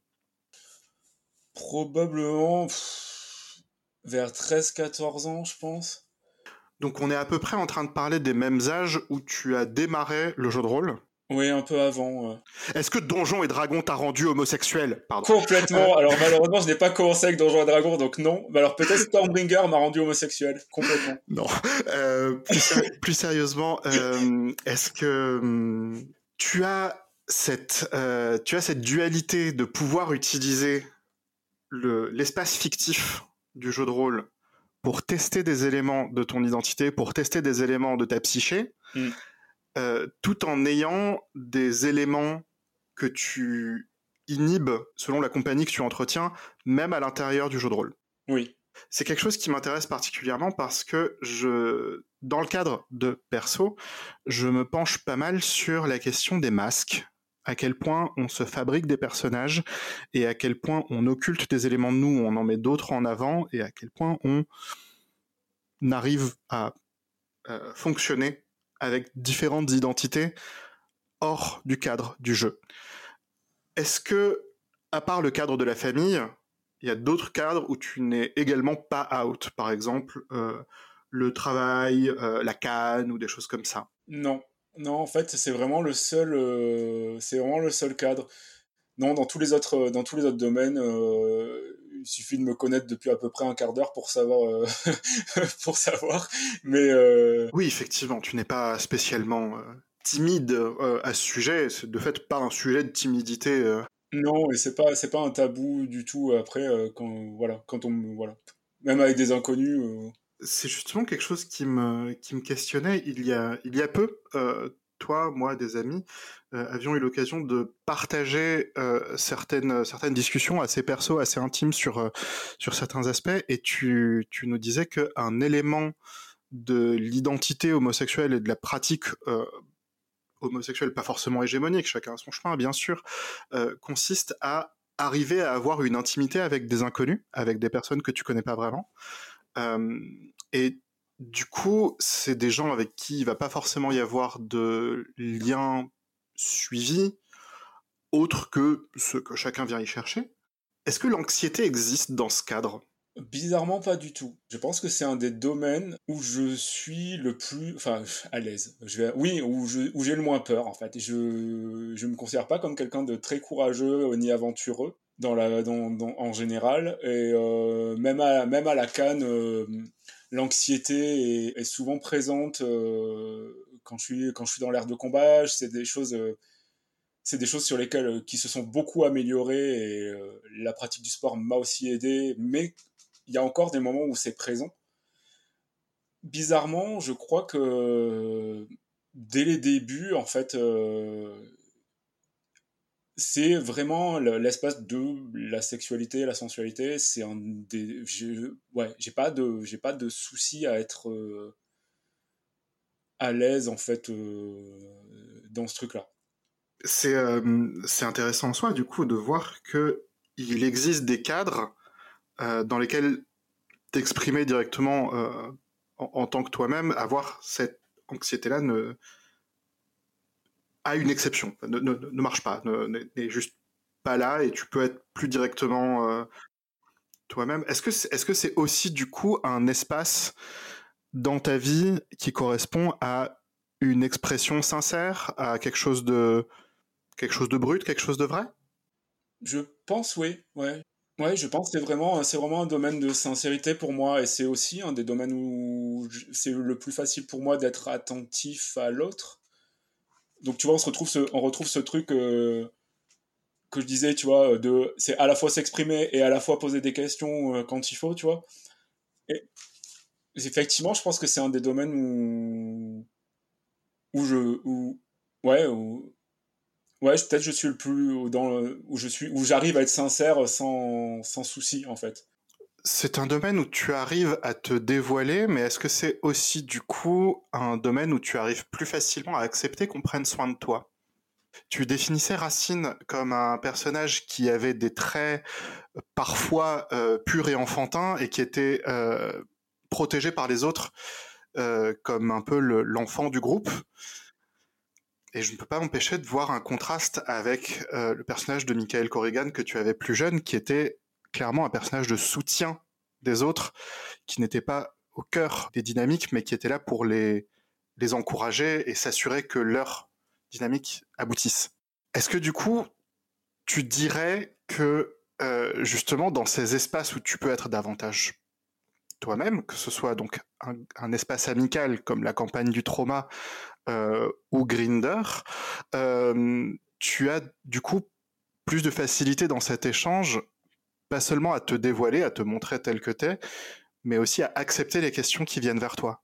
Probablement pff, vers treize quatorze ans, je pense. Donc on est à peu près en train de parler des mêmes âges où tu as démarré le jeu de rôle. Oui, un peu avant. euh. Est-ce que Donjons et Dragons t'a rendu homosexuel? Pardon. Euh, Complètement. Alors malheureusement, je n'ai pas commencé avec Donjons et Dragons, donc non. Mais alors peut-être Stormbringer m'a rendu homosexuel, complètement. non. Euh, plus, séri- plus sérieusement, euh, est-ce que hum, tu as cette, euh, tu as cette dualité de pouvoir utiliser le, l'espace fictif du jeu de rôle pour tester des éléments de ton identité, pour tester des éléments de ta psyché, Hmm. euh, tout en ayant des éléments que tu inhibes selon la compagnie que tu entretiens, même à l'intérieur du jeu de rôle. Oui. C'est quelque chose qui m'intéresse particulièrement parce que je, dans le cadre de perso, je me penche pas mal sur la question des masques, à quel point on se fabrique des personnages et à quel point on occulte des éléments de nous, on en met d'autres en avant et à quel point on arrive à euh, fonctionner avec différentes identités hors du cadre du jeu. Est-ce que, à part le cadre de la famille, il y a d'autres cadres où tu n'es également pas out? Par exemple, euh, le travail, euh, la canne ou des choses comme ça. Non. Non, en fait, c'est vraiment le seul, euh, c'est vraiment le seul cadre. Non, dans tous les autres, dans tous les autres domaines, euh, il suffit de me connaître depuis à peu près un quart d'heure pour savoir, euh, pour savoir. Mais euh, Oui, effectivement, tu n'es pas spécialement euh, timide euh, à ce sujet. C'est de fait pas un sujet de timidité. euh. non, et c'est pas, c'est pas un tabou du tout. Après, euh, quand, voilà, quand on, me- voilà, même avec des inconnus. euh, C'est justement quelque chose qui me, qui me questionnait. Il y a, il y a peu, euh, toi, moi, des amis, euh, avions eu l'occasion de partager euh, certaines, certaines discussions assez perso, assez intimes sur, euh, sur certains aspects, et tu, tu nous disais qu'un élément de l'identité homosexuelle et de la pratique euh, homosexuelle, pas forcément hégémonique, chacun a son chemin, bien sûr, euh, consiste à arriver à avoir une intimité avec des inconnus, avec des personnes que tu connais pas vraiment. Euh, et du coup, c'est des gens avec qui il va pas forcément y avoir de lien suivi, autre que ce que chacun vient y chercher. Est-ce que l'anxiété existe dans ce cadre? Bizarrement, pas du tout. Je pense que c'est un des domaines où je suis le plus, enfin, à l'aise. Je vais, oui, où je, où j'ai le moins peur, en fait. Je, je me considère pas comme quelqu'un de très courageux ni aventureux dans la, dans, dans- en général. Et euh, même à, même à la canne, euh, l'anxiété est, est souvent présente euh, quand je suis, quand je suis dans l'air de combat. C'est des choses. euh, c'est des choses sur lesquelles euh, qui se sont beaucoup améliorées et euh, la pratique du sport m'a aussi aidé, mais il y a encore des moments où c'est présent. Bizarrement, je crois que dès les débuts, en fait, euh, c'est vraiment le- l'espace de la sexualité, la sensualité. C'est un des, j'ai, ouais, j'ai pas de, j'ai pas de souci à être euh, à l'aise en fait euh, dans ce truc-là. C'est euh, c'est intéressant en soi, du coup, de voir que il existe des cadres euh, dans lesquels t'exprimer directement euh, en, en tant que toi-même, avoir cette anxiété-là ne, a une exception, ne, ne, ne marche pas, ne- n'est juste pas là et tu peux être plus directement euh, toi-même. Est-ce que c'est, est-ce que c'est aussi du coup un espace dans ta vie qui correspond à une expression sincère, à quelque chose de quelque chose de brut, quelque chose de vrai? Je pense, oui, ouais. Ouais, je pense que c'est vraiment, c'est vraiment un domaine de sincérité pour moi et c'est aussi un des domaines où je- c'est le plus facile pour moi d'être attentif à l'autre. Donc tu vois, on se retrouve ce, on retrouve ce truc euh, que je disais, tu vois, de c'est à la fois s'exprimer et à la fois poser des questions euh, quand il faut, tu vois. Et effectivement, je pense que c'est un des domaines où où je où ouais où ouais je- peut-être je suis le plus dans le- où je suis où j'arrive à être sincère sans sans souci en fait. C'est un domaine où tu arrives à te dévoiler, mais est-ce que c'est aussi du coup un domaine où tu arrives plus facilement à accepter qu'on prenne soin de toi? Tu définissais Racine comme un personnage qui avait des traits euh, parfois euh, purs et enfantins et qui était euh, protégé par les autres euh, comme un peu le- l'enfant du groupe. Et je ne peux pas m'empêcher de voir un contraste avec euh, le personnage de Michael Corrigan que tu avais plus jeune, qui était clairement un personnage de soutien des autres, qui n'était pas au cœur des dynamiques, mais qui était là pour les, les encourager et s'assurer que leur dynamique aboutisse. Est-ce que du coup, tu dirais que euh, justement dans ces espaces où tu peux être davantage toi-même, que ce soit donc un, un espace amical comme la campagne du trauma euh, ou Grinder, euh, tu as du coup plus de facilité dans cet échange, pas seulement à te dévoiler, à te montrer tel que t'es, mais aussi à accepter les questions qui viennent vers toi.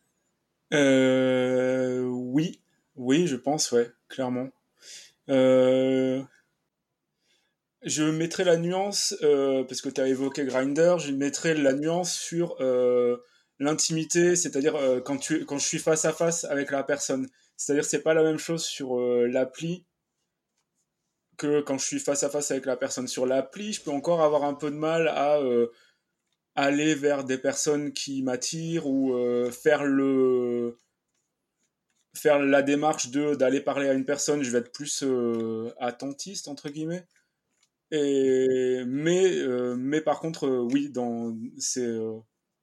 Euh, oui, oui, je pense, ouais, clairement. Euh, je mettrais la nuance, euh, parce que tu as évoqué Grindr, je mettrais la nuance sur euh, l'intimité, c'est-à-dire euh, quand, tu, quand je suis face à face avec la personne. C'est-à-dire c'est pas la même chose sur euh, l'appli que quand je suis face à face avec la personne. Sur l'appli, je peux encore avoir un peu de mal à euh, aller vers des personnes qui m'attirent ou euh, faire le faire la démarche de d'aller parler à une personne, je vais être plus euh, attentiste entre guillemets. Et mais euh, mais par contre euh, oui dans c'est euh,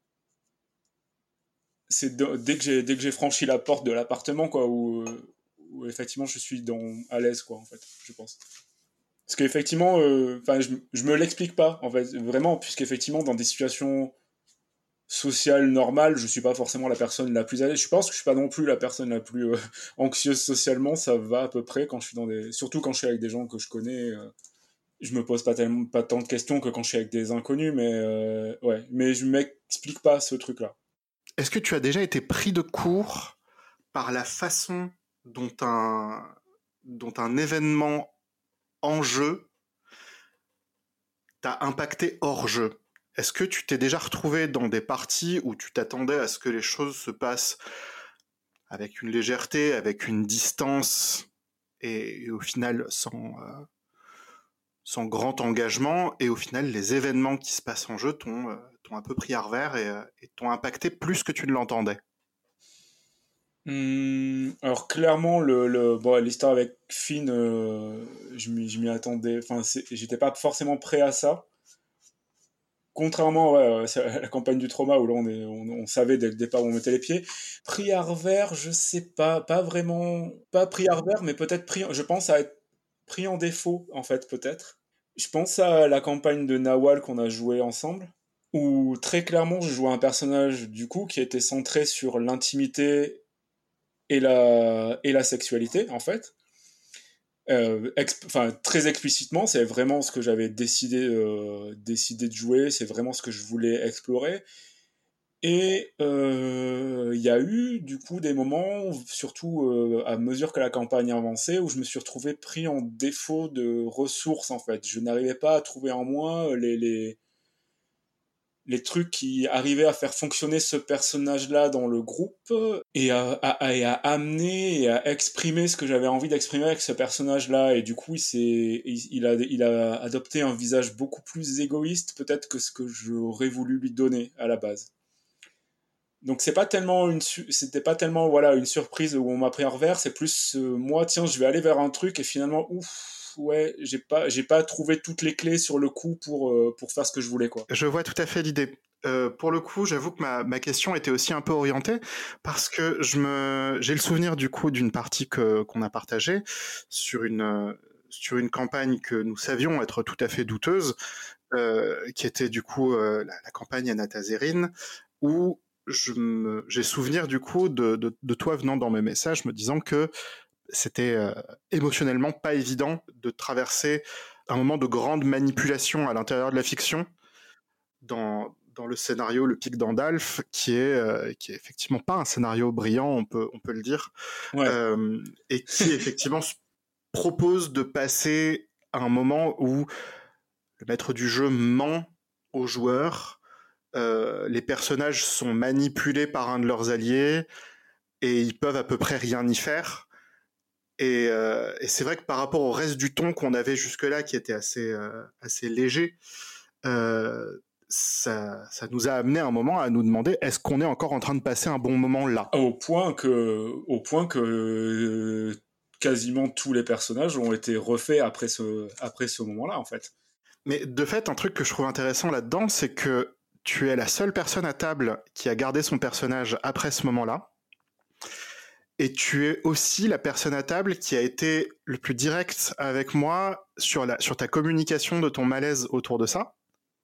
c'est de- dès que j'ai dès que j'ai franchi la porte de l'appartement quoi où, euh, où effectivement je suis dans à l'aise quoi en fait je pense parce qu'effectivement euh, enfin je, je me l'explique pas en fait vraiment puisqu'effectivement dans des situations sociales normales je suis pas forcément la personne la plus à l'aise je pense que je suis pas non plus la personne la plus euh, anxieuse socialement ça va à peu près quand je suis dans des surtout quand je suis avec des gens que je connais euh, je me pose pas tellement pas tant de questions que quand je suis avec des inconnus mais euh, ouais mais je m'explique pas ce truc là. Est-ce que tu as déjà été pris de court par la façon dont un, dont un événement en jeu t'a impacté hors jeu? Est-ce que tu t'es déjà retrouvé dans des parties où tu t'attendais à ce que les choses se passent avec une légèreté, avec une distance, et, et au final sans, euh, sans grand engagement, et au final les événements qui se passent en jeu t'ont euh, t'ont un peu pris à revers et, euh, et t'ont impacté plus que tu ne l'entendais? Hum, alors clairement, le, le, bon, l'histoire avec Finn, euh, je m'y je m'y attendais, enfin, c'est- j'étais pas forcément prêt à ça. Contrairement, ouais, ouais, à la campagne du trauma où là on, est, on, on savait dès le départ où on mettait les pieds. Prière vert, je sais pas, pas vraiment, pas prière vert, mais peut-être pris, je pense à être pris en défaut en fait, peut-être. Je pense à la campagne de Nawal qu'on a joué ensemble, où très clairement je jouais un personnage du coup qui était centré sur l'intimité et la, et la sexualité en fait. Euh, exp- enfin, très explicitement, c'est vraiment ce que j'avais décidé, euh, décidé de jouer, c'est vraiment ce que je voulais explorer. Et euh, il y a eu du coup des moments, surtout euh, à mesure que la campagne avançait, où je me suis retrouvé pris en défaut de ressources en fait. Je n'arrivais pas à trouver en moi les, les, les trucs qui arrivaient à faire fonctionner ce personnage-là dans le groupe et à, à, et à amener et à exprimer ce que j'avais envie d'exprimer avec ce personnage-là. Et du coup, il, s'est, il, il, a, il a adopté un visage beaucoup plus égoïste peut-être que ce que j'aurais voulu lui donner à la base. Donc c'est pas tellement une su- c'était pas tellement voilà une surprise où on m'a pris un revers, c'est plus euh, moi tiens je vais aller vers un truc et finalement ouf ouais j'ai pas j'ai pas trouvé toutes les clés sur le coup pour euh, pour faire ce que je voulais quoi. Je vois tout à fait l'idée. Euh, pour le coup, j'avoue que ma, ma question était aussi un peu orientée parce que je me, j'ai le souvenir du coup d'une partie que, qu'on a partagée sur une, euh, sur une campagne que nous savions être tout à fait douteuse, euh, qui était du coup euh, la, la campagne Anatazerine, où je me, j'ai souvenir du coup de, de, de toi venant dans mes messages me disant que c'était euh, émotionnellement pas évident de traverser un moment de grande manipulation à l'intérieur de la fiction dans, dans le scénario Le Pic d'Andalf, qui est, euh, qui est effectivement pas un scénario brillant, on peut, on peut le dire, Ouais. euh, et qui effectivement propose de passer à un moment où le maître du jeu ment aux joueurs, euh, les personnages sont manipulés par un de leurs alliés, et ils peuvent à peu près rien y faire. Et, euh, et c'est vrai que par rapport au reste du ton qu'on avait jusque-là, qui était assez, euh, assez léger, euh, ça, ça nous a amené un moment à nous demander est-ce qu'on est encore en train de passer un bon moment là. Au point que au point que euh, quasiment tous les personnages ont été refaits après ce après ce moment-là en fait. Mais de fait, un truc que je trouve intéressant là-dedans, c'est que tu es la seule personne à table qui a gardé son personnage après ce moment-là. Et tu es aussi la personne à table qui a été le plus direct avec moi sur, la, sur ta communication de ton malaise autour de ça.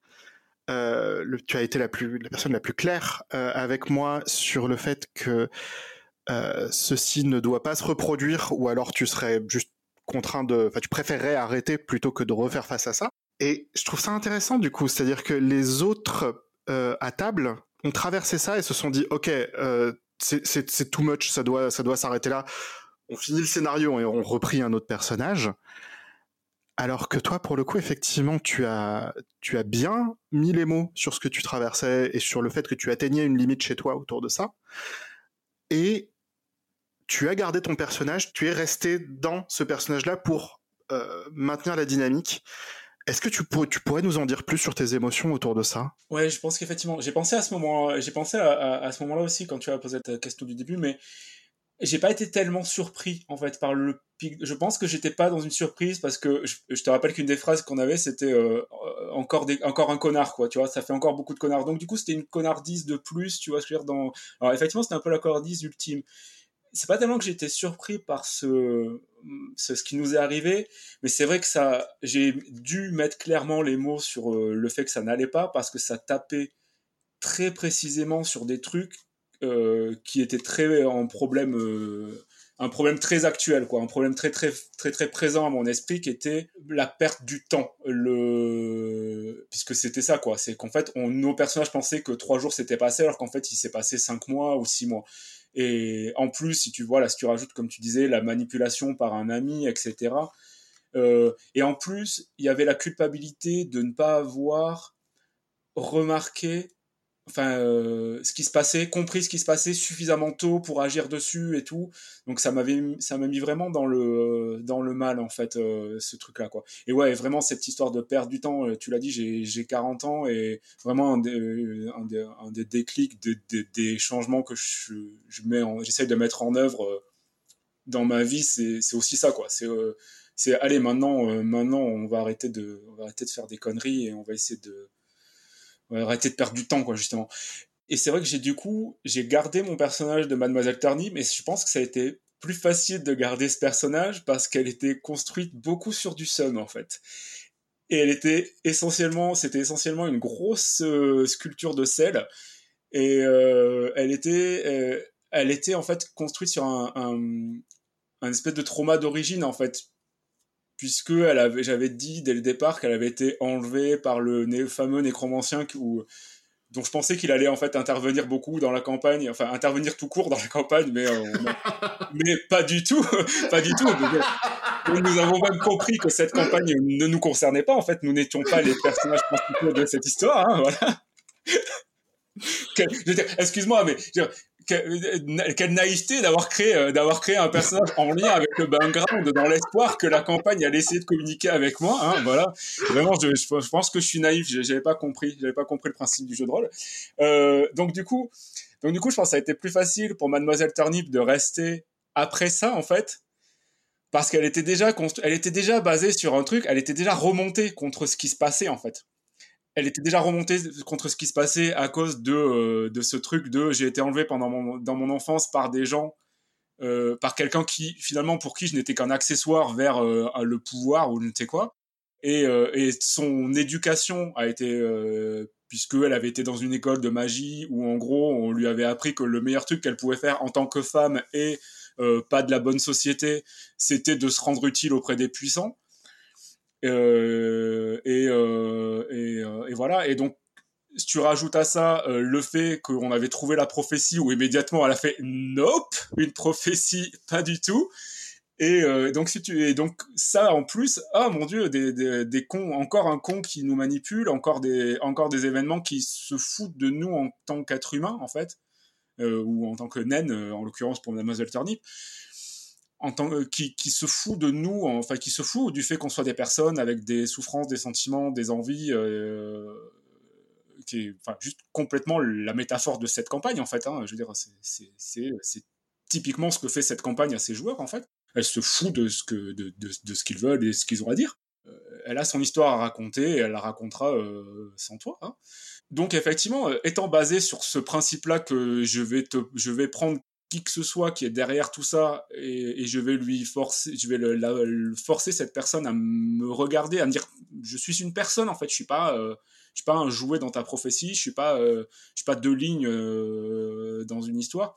Euh, le, tu as été la, plus, la personne la plus claire euh, avec moi sur le fait que euh, ceci ne doit pas se reproduire ou alors tu serais juste contraint de... Enfin, tu préférerais arrêter plutôt que de refaire face à ça. Et je trouve ça intéressant du coup, c'est-à-dire que les autres euh, à table ont traversé ça et se sont dit, ok, euh, c'est, c'est, c'est too much, ça doit, ça doit s'arrêter là. On finit le scénario et on reprit un autre personnage. Alors que toi, pour le coup, effectivement, tu as, tu as bien mis les mots sur ce que tu traversais et sur le fait que tu atteignais une limite chez toi autour de ça. Et tu as gardé ton personnage, tu es resté dans ce personnage-là pour euh, maintenir la dynamique. Est-ce que tu, pour, tu pourrais nous en dire plus sur tes émotions autour de ça? Ouais, je pense qu'effectivement, j'ai pensé à ce moment, j'ai pensé à, à, à ce moment-là aussi quand tu as posé ta question du début, mais j'ai pas été tellement surpris en fait par le pic. Je pense que j'étais pas dans une surprise parce que je, je te rappelle qu'une des phrases qu'on avait c'était euh, euh, encore des, encore un connard quoi, tu vois, ça fait encore beaucoup de connards. Donc du coup c'était une connardise de plus, tu vois, ce que je veux dire dans. Alors effectivement c'était un peu la connardise ultime. C'est pas tellement que j'ai été surpris par ce, ce, ce qui nous est arrivé, mais c'est vrai que ça, j'ai dû mettre clairement les mots sur euh, le fait que ça n'allait pas parce que ça tapait très précisément sur des trucs euh, qui étaient très en problème, euh, un problème très actuel, quoi, un problème très très très très présent à mon esprit, qui était la perte du temps. Le, puisque c'était ça, quoi, c'est qu'en fait, on, nos personnages pensaient que trois jours s'étaient passés, alors qu'en fait, il s'est passé cinq mois ou six mois. Et en plus, si tu vois, là, si tu rajoutes, comme tu disais, la manipulation par un ami, et cetera. Euh, et en plus, il y avait la culpabilité de ne pas avoir remarqué enfin, euh, ce qui se passait, compris ce qui se passait suffisamment tôt pour agir dessus et tout. Donc ça m'avait, ça m'a mis vraiment dans le, dans le mal en fait, euh, ce truc-là quoi. Et ouais, vraiment cette histoire de perdre du temps. Tu l'as dit, j'ai, j'ai quarante ans et vraiment un des, un des, un des déclics, des, des, des changements que je, je mets, en, j'essaye de mettre en œuvre euh, dans ma vie, c'est, c'est aussi ça quoi. C'est, euh, c'est allez maintenant, euh, maintenant on va arrêter de, on va arrêter de faire des conneries et on va essayer de, on va arrêter de perdre du temps quoi justement. Et c'est vrai que j'ai du coup, j'ai gardé mon personnage de Mademoiselle Turnip, mais je pense que ça a été plus facile de garder ce personnage parce qu'elle était construite beaucoup sur du seum en fait. Et elle était essentiellement, c'était essentiellement une grosse euh, sculpture de sel. Et euh, elle était, euh, elle était en fait construite sur un, un, un espèce de trauma d'origine en fait, puisque elle avait, j'avais dit dès le départ qu'elle avait été enlevée par le né, fameux nécromancien où donc je pensais qu'il allait en fait intervenir beaucoup dans la campagne, enfin intervenir tout court dans la campagne, mais euh, mais pas du tout, pas du tout. Donc, donc, nous avons même compris que cette campagne ne nous concernait pas. En fait, nous n'étions pas les personnages principaux de cette histoire. Hein, voilà. Que, je veux dire, excuse-moi, mais je veux dire, que, quelle naïveté d'avoir créé, euh, d'avoir créé un personnage en lien avec le background dans l'espoir que la campagne allait essayer de communiquer avec moi. Hein, voilà. Vraiment, je, je, je pense que je suis naïf. J'avais pas compris. J'avais pas compris le principe du jeu de rôle. Euh, donc du coup, donc du coup, je pense que ça a été plus facile pour Mademoiselle Turnip de rester après ça, en fait, parce qu'elle était déjà constru- elle était déjà basée sur un truc. Elle était déjà remontée contre ce qui se passait, en fait. Elle était déjà remontée contre ce qui se passait à cause de, euh, de ce truc de j'ai été enlevé pendant mon, dans mon enfance par des gens, euh, par quelqu'un qui, finalement, pour qui je n'étais qu'un accessoire vers euh, le pouvoir ou je ne sais quoi. Et, euh, et son éducation a été, euh, puisqu'elle avait été dans une école de magie où, en gros, on lui avait appris que le meilleur truc qu'elle pouvait faire en tant que femme et euh, pas de la bonne société, c'était de se rendre utile auprès des puissants. Euh, et, euh, et, euh, et voilà. Et donc, si tu rajoutes à ça euh, le fait qu'on avait trouvé la prophétie où immédiatement elle a fait nope, une prophétie, pas du tout. Et euh, donc si tu et donc ça en plus, ah mon dieu, des, des, des cons, encore un con qui nous manipule, encore des encore des événements qui se foutent de nous en tant qu'être humain en fait, euh, ou en tant que naine, euh, en l'occurrence pour Mademoiselle Turnip. En tant, euh, qui, qui se fout de nous, enfin qui se fout du fait qu'on soit des personnes avec des souffrances, des sentiments, des envies, euh, qui est enfin, juste complètement la métaphore de cette campagne en fait. Hein. Je veux dire, c'est, c'est, c'est, c'est typiquement ce que fait cette campagne à ses joueurs en fait. Elle se fout de ce, que, de, de, de ce qu'ils veulent et ce qu'ils ont à dire. Euh, elle a son histoire à raconter et elle la racontera euh, sans toi. Hein. Donc effectivement, euh, étant basé sur ce principe-là que je vais, te, je vais prendre qui que ce soit qui est derrière tout ça et, et je vais lui forcer, je vais le, la, le forcer cette personne à me regarder, à me dire, je suis une personne en fait, je suis pas, euh, je suis pas un jouet dans ta prophétie, je suis pas, euh, je suis pas deux lignes euh, dans une histoire.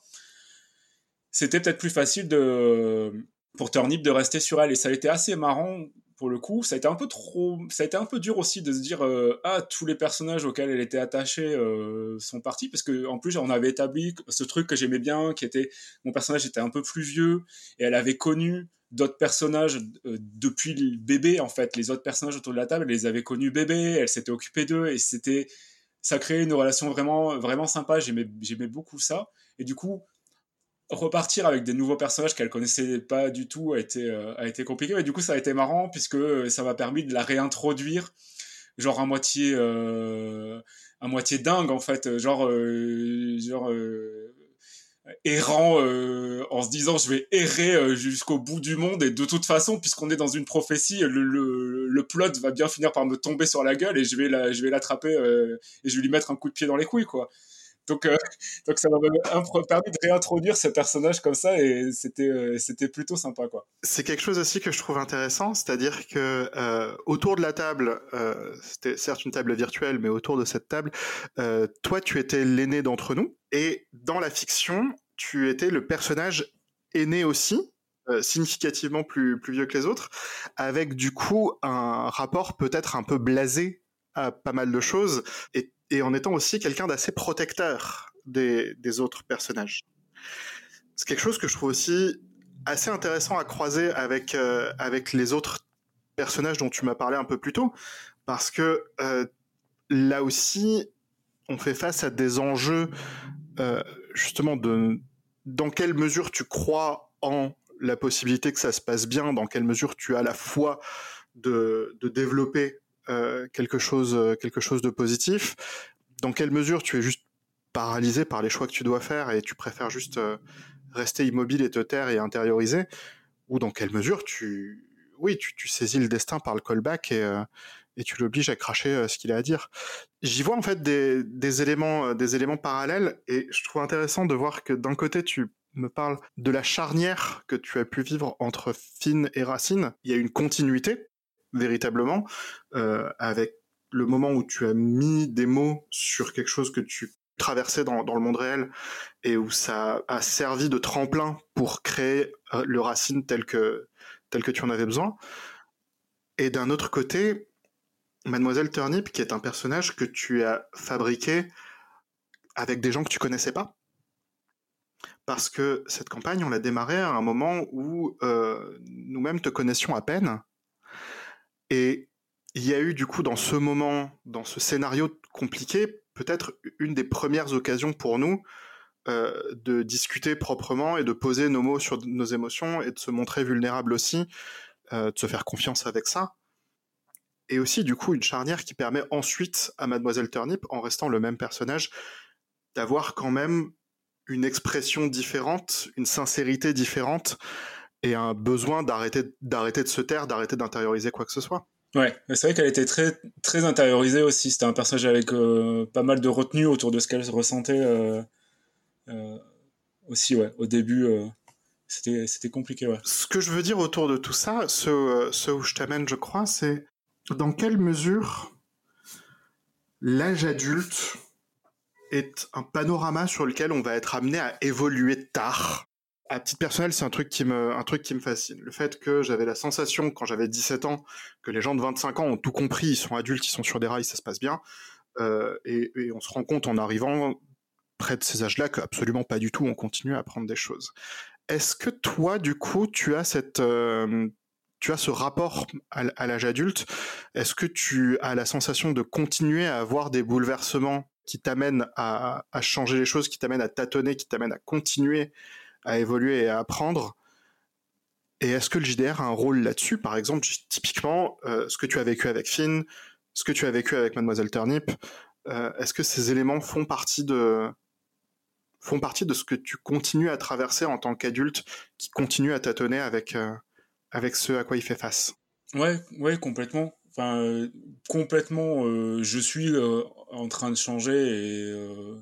C'était peut-être plus facile de, pour Turnip de rester sur elle et ça a été assez marrant pour le coup. Ça a été un peu trop, ça a été un peu dur aussi de se dire euh, ah tous les personnages auxquels elle était attachée euh, sont partis parce que en plus on avait établi ce truc que j'aimais bien qui était mon personnage était un peu plus vieux et elle avait connu d'autres personnages euh, depuis le bébé en fait. Les autres personnages autour de la table elle les avait connus bébé, elle s'était occupée d'eux et c'était ça créait une relation vraiment vraiment sympa. J'aimais j'aimais beaucoup ça et du coup repartir avec des nouveaux personnages qu'elle connaissait pas du tout a été, euh, a été compliqué, mais du coup ça a été marrant puisque ça m'a permis de la réintroduire, genre à moitié, euh, à moitié dingue en fait, genre, euh, genre euh, errant euh, en se disant je vais errer euh, jusqu'au bout du monde et de toute façon puisqu'on est dans une prophétie, le, le, le plot va bien finir par me tomber sur la gueule et je vais la, je vais l'attraper euh, et je vais lui mettre un coup de pied dans les couilles quoi. Donc, euh, donc ça m'a permis de réintroduire ce personnage comme ça et c'était euh, c'était plutôt sympa quoi. C'est quelque chose aussi que je trouve intéressant, c'est-à-dire que euh, autour de la table, euh, c'était certes une table virtuelle, mais autour de cette table, euh, toi tu étais l'aîné d'entre nous et dans la fiction, tu étais le personnage aîné aussi. Euh, significativement plus, plus vieux que les autres, avec du coup un rapport peut-être un peu blasé à pas mal de choses, et, et en étant aussi quelqu'un d'assez protecteur des, des autres personnages. C'est quelque chose que je trouve aussi assez intéressant à croiser avec, euh, avec les autres personnages dont tu m'as parlé un peu plus tôt, parce que euh, là aussi, on fait face à des enjeux euh, justement de dans quelle mesure tu crois en la possibilité que ça se passe bien, dans quelle mesure tu as la foi de, de développer euh, quelque chose, quelque chose de positif, dans quelle mesure tu es juste paralysé par les choix que tu dois faire et tu préfères juste euh, rester immobile et te taire et intérioriser, ou dans quelle mesure tu, oui, tu, tu saisis le destin par le callback et, euh, et tu l'obliges à cracher euh, ce qu'il a à dire. J'y vois en fait des, des, éléments, euh, des éléments parallèles et je trouve intéressant de voir que d'un côté tu me parles de la charnière que tu as pu vivre entre Finn et Racine. Il y a une continuité, véritablement, euh, avec le moment où tu as mis des mots sur quelque chose que tu traversais dans, dans le monde réel et où ça a servi de tremplin pour créer le Racine tel que, tel que tu en avais besoin. Et d'un autre côté, Mademoiselle Turnip, qui est un personnage que tu as fabriqué avec des gens que tu connaissais pas. Parce que cette campagne, on l'a démarrée à un moment où euh, nous-mêmes te connaissions à peine. Et il y a eu du coup dans ce moment, dans ce scénario compliqué, peut-être une des premières occasions pour nous euh, de discuter proprement et de poser nos mots sur nos émotions et de se montrer vulnérable aussi, euh, de se faire confiance avec ça. Et aussi du coup une charnière qui permet ensuite à Mademoiselle Turnip, en restant le même personnage, d'avoir quand même une expression différente, une sincérité différente et un besoin d'arrêter, d'arrêter de se taire, d'arrêter d'intérioriser quoi que ce soit. Ouais, c'est vrai qu'elle était très, très intériorisée aussi. C'était un personnage avec euh, pas mal de retenue autour de ce qu'elle ressentait euh, euh, aussi, ouais. Au début, euh, c'était, c'était compliqué, ouais. Ce que je veux dire autour de tout ça, ce, ce où je t'amène, je crois, c'est dans quelle mesure l'âge adulte est un panorama sur lequel on va être amené à évoluer tard. À titre personnel, c'est un truc qui me, un truc qui me fascine. Le fait que j'avais la sensation, quand j'avais dix-sept ans, que les gens de vingt-cinq ans ont tout compris, ils sont adultes, ils sont sur des rails, ça se passe bien. Euh, et, et on se rend compte en arrivant près de ces âges-là qu'absolument pas du tout, on continue à apprendre des choses. Est-ce que toi, du coup, tu as cette... Euh, tu as ce rapport à, à l'âge adulte? Est-ce que tu as la sensation de continuer à avoir des bouleversements qui t'amènent à, à changer les choses, qui t'amènent à tâtonner, qui t'amènent à continuer à évoluer et à apprendre? Et est-ce que le J D R a un rôle là-dessus? Par exemple, typiquement, euh, ce que tu as vécu avec Finn, ce que tu as vécu avec Mademoiselle Turnip, euh, est-ce que ces éléments font partie de font partie de ce que tu continues à traverser en tant qu'adulte qui continue à tâtonner avec euh, avec ce à quoi il fait face? Ouais, ouais, complètement. Enfin, euh, complètement. Euh, je suis euh, en train de changer et euh,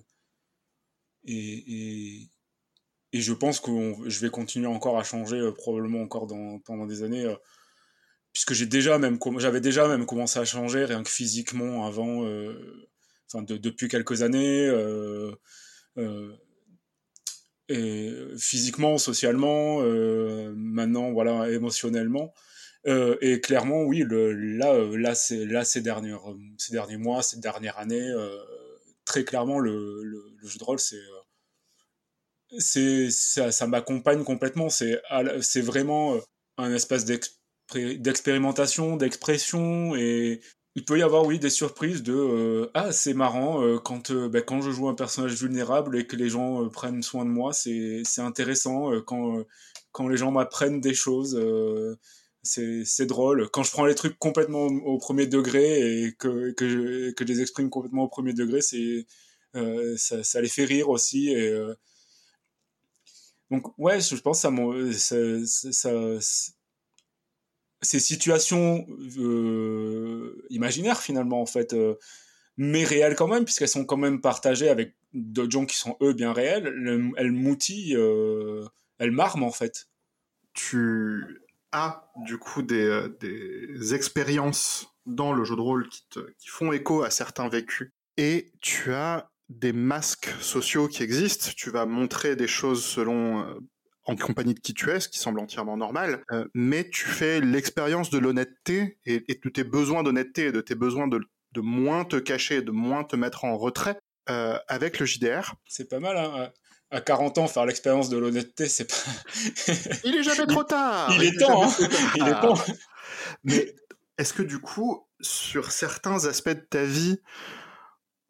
et, et et je pense que on- je vais continuer encore à changer euh, probablement encore dans, pendant des années euh, puisque j'ai déjà même com- j'avais déjà même commencé à changer rien que physiquement avant euh, enfin de- depuis quelques années euh, euh, et euh, physiquement, socialement, euh, maintenant voilà émotionnellement. Euh, et clairement, oui, le, là, euh, là, c'est, là, ces dernières, ces derniers mois, ces dernières années, euh, très clairement, le, le, le jeu de rôle, c'est, euh, c'est, ça, ça m'accompagne complètement. C'est, à la- c'est vraiment euh, un espace d'expré- d'expérimentation, d'expression, et il peut y avoir, oui, des surprises de euh, ah, c'est marrant euh, quand, euh, ben, quand je joue un personnage vulnérable et que les gens euh, prennent soin de moi, c'est, c'est intéressant euh, quand, euh, quand les gens m'apprennent des choses. Euh, c'est, c'est drôle. Quand je prends les trucs complètement au, au premier degré et que, que, je, que je les exprime complètement au premier degré, c'est, euh, ça, ça les fait rire aussi. Et, euh, donc, ouais, je pense que ça, m'en- ça, ça, ça- ces situations euh, imaginaires finalement en fait, euh, mais réelles quand même, puisqu'elles sont quand même partagées avec d'autres gens qui sont eux bien réels, elles, elles m'outillent, euh, elles m'arment en fait. Tu as du coup des, euh, des expériences dans le jeu de rôle qui, te, qui font écho à certains vécus et tu as des masques sociaux qui existent. Tu vas montrer des choses selon euh, en compagnie de qui tu es, ce qui semble entièrement normal, euh, mais tu fais l'expérience de l'honnêteté et, et de tes besoins d'honnêteté et de tes besoins de, de moins te cacher, de moins te mettre en retrait euh, avec le J D R. C'est pas mal, hein. À quarante ans, faire l'expérience de l'honnêteté, c'est pas. Il est jamais trop il, tard. il Il est est temps, jamais hein. trop Il est temps. tard. Mais est-ce que du coup, sur certains aspects de ta vie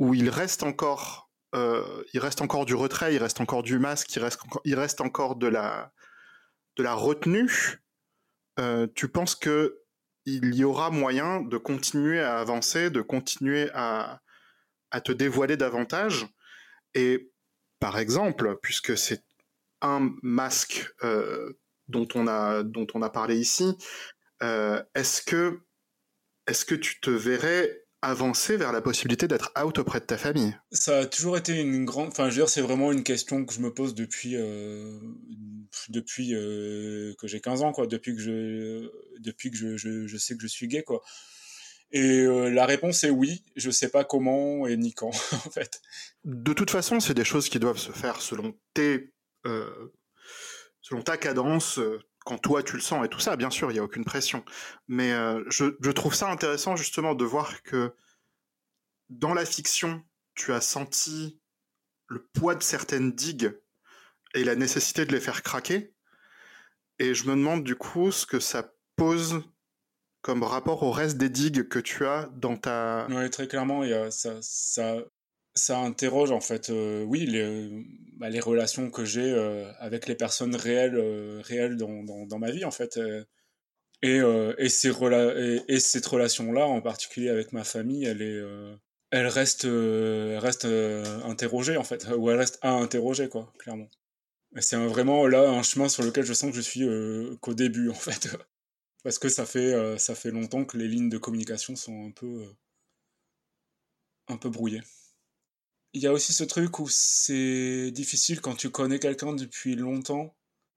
où il reste encore, euh, il reste encore du retrait, il reste encore du masque, il reste, il reste encore de la, de la retenue, euh, tu penses que il y aura moyen de continuer à avancer, de continuer à, à te dévoiler davantage? Et par exemple, puisque c'est un masque euh, dont, on a, dont on a parlé ici, euh, est-ce que, est-ce que tu te verrais avancer vers la possibilité d'être out auprès de ta famille? Ça a toujours été une grande. Enfin, je veux dire, c'est vraiment une question que je me pose depuis, euh, depuis euh, que j'ai quinze ans, quoi. Depuis que je, depuis que je, je, je sais que je suis gay, quoi. Et euh, la réponse est oui. Je sais pas comment et ni quand, en fait. De toute façon, c'est des choses qui doivent se faire selon tes, euh, selon ta cadence, euh, quand toi tu le sens et tout ça. Bien sûr, il y a aucune pression. Mais euh, je, je trouve ça intéressant justement de voir que dans la fiction, tu as senti le poids de certaines digues et la nécessité de les faire craquer. Et je me demande du coup ce que ça pose comme rapport au reste des digues que tu as dans ta... Ouais, très clairement, il y a, ça, ça, ça interroge, en fait, euh, oui, les, bah, les relations que j'ai euh, avec les personnes réelles, euh, réelles dans, dans, dans ma vie, en fait. euh. Et, euh, et, ces rela et, et cette relation-là, en particulier avec ma famille, elle est, euh, elle reste, euh, elle reste euh, interrogée, en fait, ou elle reste à interroger, quoi, clairement. Et c'est un- vraiment là un chemin sur lequel je sens que je suis euh, qu'au début, en fait, parce que ça fait, euh, ça fait longtemps que les lignes de communication sont un peu, euh, un peu brouillées. Il y a aussi ce truc où c'est difficile quand tu connais quelqu'un depuis longtemps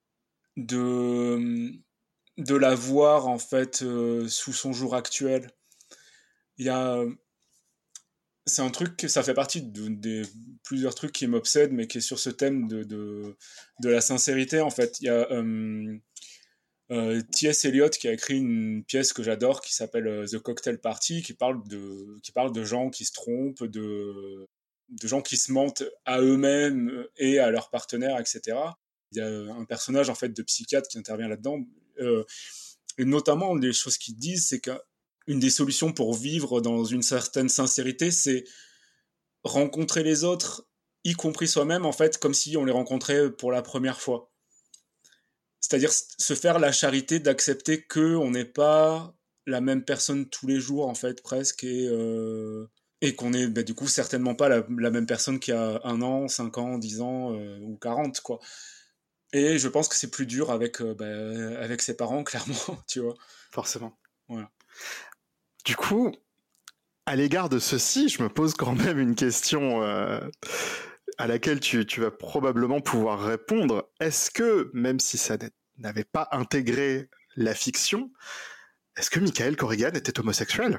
de, de la voir en fait euh, sous son jour actuel. Il y a, c'est un truc, ça fait partie de, des plusieurs trucs qui m'obsèdent, mais qui est sur ce thème de, de, de la sincérité en fait. Il y a euh, euh, T S. Eliot qui a écrit une pièce que j'adore qui s'appelle euh, The Cocktail Party, qui parle de, qui parle de gens qui se trompent, de, de gens qui se mentent à eux-mêmes et à leurs partenaires, et cetera. Il y a un personnage en fait de psychiatre qui intervient là-dedans. Euh, et notamment, les choses qu'ils disent, c'est qu'une des solutions pour vivre dans une certaine sincérité, c'est rencontrer les autres, y compris soi-même, en fait, comme si on les rencontrait pour la première fois. C'est-à-dire se faire la charité d'accepter que on n'est pas la même personne tous les jours, en fait, presque, et, euh, et qu'on est bah, du coup certainement pas la, la même personne qu'il y a un an, cinq ans, dix ans euh, ou quarante, quoi. Et je pense que c'est plus dur avec, euh, bah, avec ses parents, clairement, tu vois. Forcément. Voilà. Du coup, à l'égard de ceci, je me pose quand même une question euh, à laquelle tu, tu vas probablement pouvoir répondre. Est-ce que, même si ça n'avait pas intégré la fiction, est-ce que Michael Corrigan était homosexuel?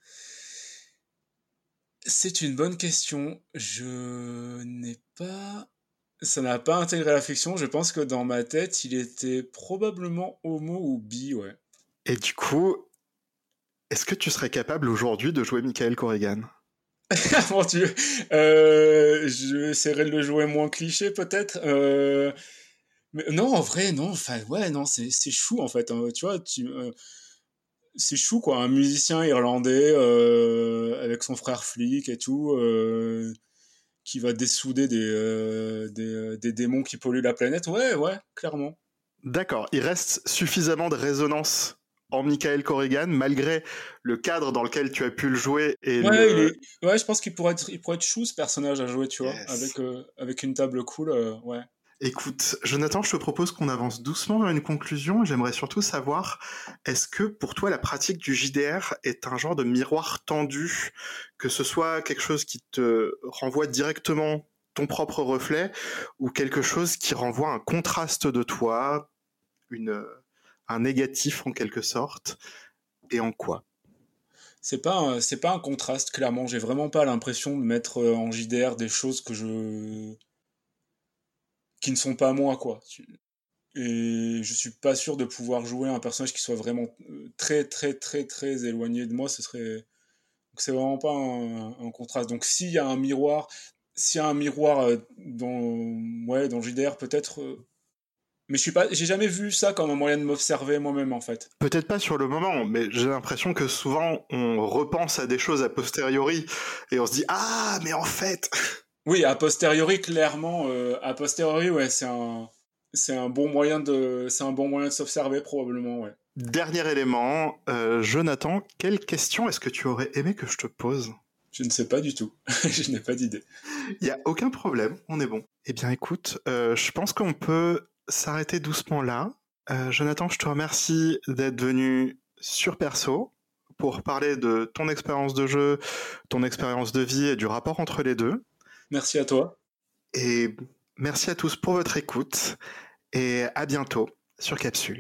C'est une bonne question. Je n'ai pas... Ça n'a pas intégré la fiction. Je pense que dans ma tête, il était probablement homo ou bi, ouais. Et du coup, est-ce que tu serais capable aujourd'hui de jouer Michael Corrigan? Mon Dieu. Euh, j'essaierai de le jouer moins cliché, peut-être. Euh, mais non, en vrai, non. Enfin, ouais, non, c'est c'est chou, en fait. hein. Tu vois, tu, euh, c'est chou, quoi. Un musicien irlandais euh, avec son frère flic et tout, euh, qui va dessouder des, euh, des, euh, des démons qui polluent la planète. Ouais, ouais, clairement. D'accord, il reste suffisamment de résonance en Michael Corrigan, malgré le cadre dans lequel tu as pu le jouer et Ouais, il le... est... ouais, je pense qu'il pourrait être, il pourrait être chou, ce personnage à jouer, tu vois, Yes. avec, euh, avec une table cool, euh, ouais. Écoute, Jonathan, je te propose qu'on avance doucement vers une conclusion. J'aimerais surtout savoir, est-ce que pour toi la pratique du J D R est un genre de miroir tendu, que ce soit quelque chose qui te renvoie directement ton propre reflet, ou quelque chose qui renvoie un contraste de toi, une, un négatif en quelque sorte, et en quoi? C'est pas un, c'est pas un contraste, clairement. J'ai vraiment pas l'impression de mettre euh, en J D R des choses que je, qui ne sont pas moi, quoi. Et je suis pas sûr de pouvoir jouer un personnage qui soit vraiment euh, très, très, très, très éloigné de moi. Ce serait, donc c'est vraiment pas un, un contraste. Donc s'il y a un miroir, s'il y a un miroir euh, dans, ouais, dans J D R, peut-être, euh, Mais je suis pas, j'ai jamais vu ça comme un moyen de m'observer moi-même, en fait. Peut-être pas sur le moment, mais j'ai l'impression que souvent on repense à des choses a posteriori et on se dit « Ah, mais en fait !» Oui, a posteriori, clairement, euh, a posteriori, ouais, c'est un, c'est un bon moyen de, c'est un bon moyen de s'observer, probablement, ouais. Dernier élément, euh, Jonathan, quelle question est-ce que tu aurais aimé que je te pose ? Je ne sais pas du tout. Je n'ai pas d'idée. Il n'y a aucun problème, on est bon. Eh bien écoute, euh, je pense qu'on peut s'arrêter doucement là. Euh, Jonathan, je te remercie d'être venu sur Perso pour parler de ton expérience de jeu, ton expérience de vie et du rapport entre les deux. Merci à toi. Et merci à tous pour votre écoute et à bientôt sur Capsule.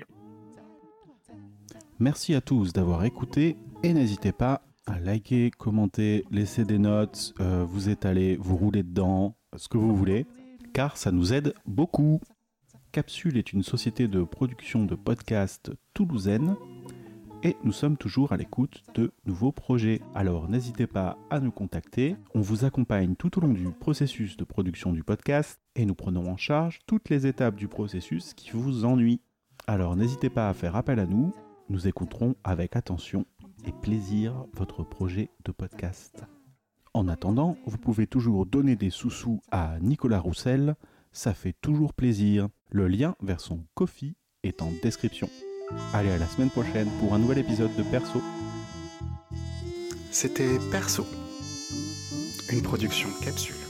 Merci à tous d'avoir écouté et n'hésitez pas à liker, commenter, laisser des notes, euh, vous étaler, vous rouler dedans, ce que vous voulez, car ça nous aide beaucoup. Capsule est une société de production de podcasts toulousaine et nous sommes toujours à l'écoute de nouveaux projets. Alors n'hésitez pas à nous contacter, on vous accompagne tout au long du processus de production du podcast et nous prenons en charge toutes les étapes du processus qui vous ennuient. Alors n'hésitez pas à faire appel à nous, nous écouterons avec attention et plaisir votre projet de podcast. En attendant, vous pouvez toujours donner des sous-sous à Nicolas Roussel, ça fait toujours plaisir. Le lien vers son Ko-fi est en description. Allez, à la semaine prochaine pour un nouvel épisode de Perso. C'était Perso, une production Capsule.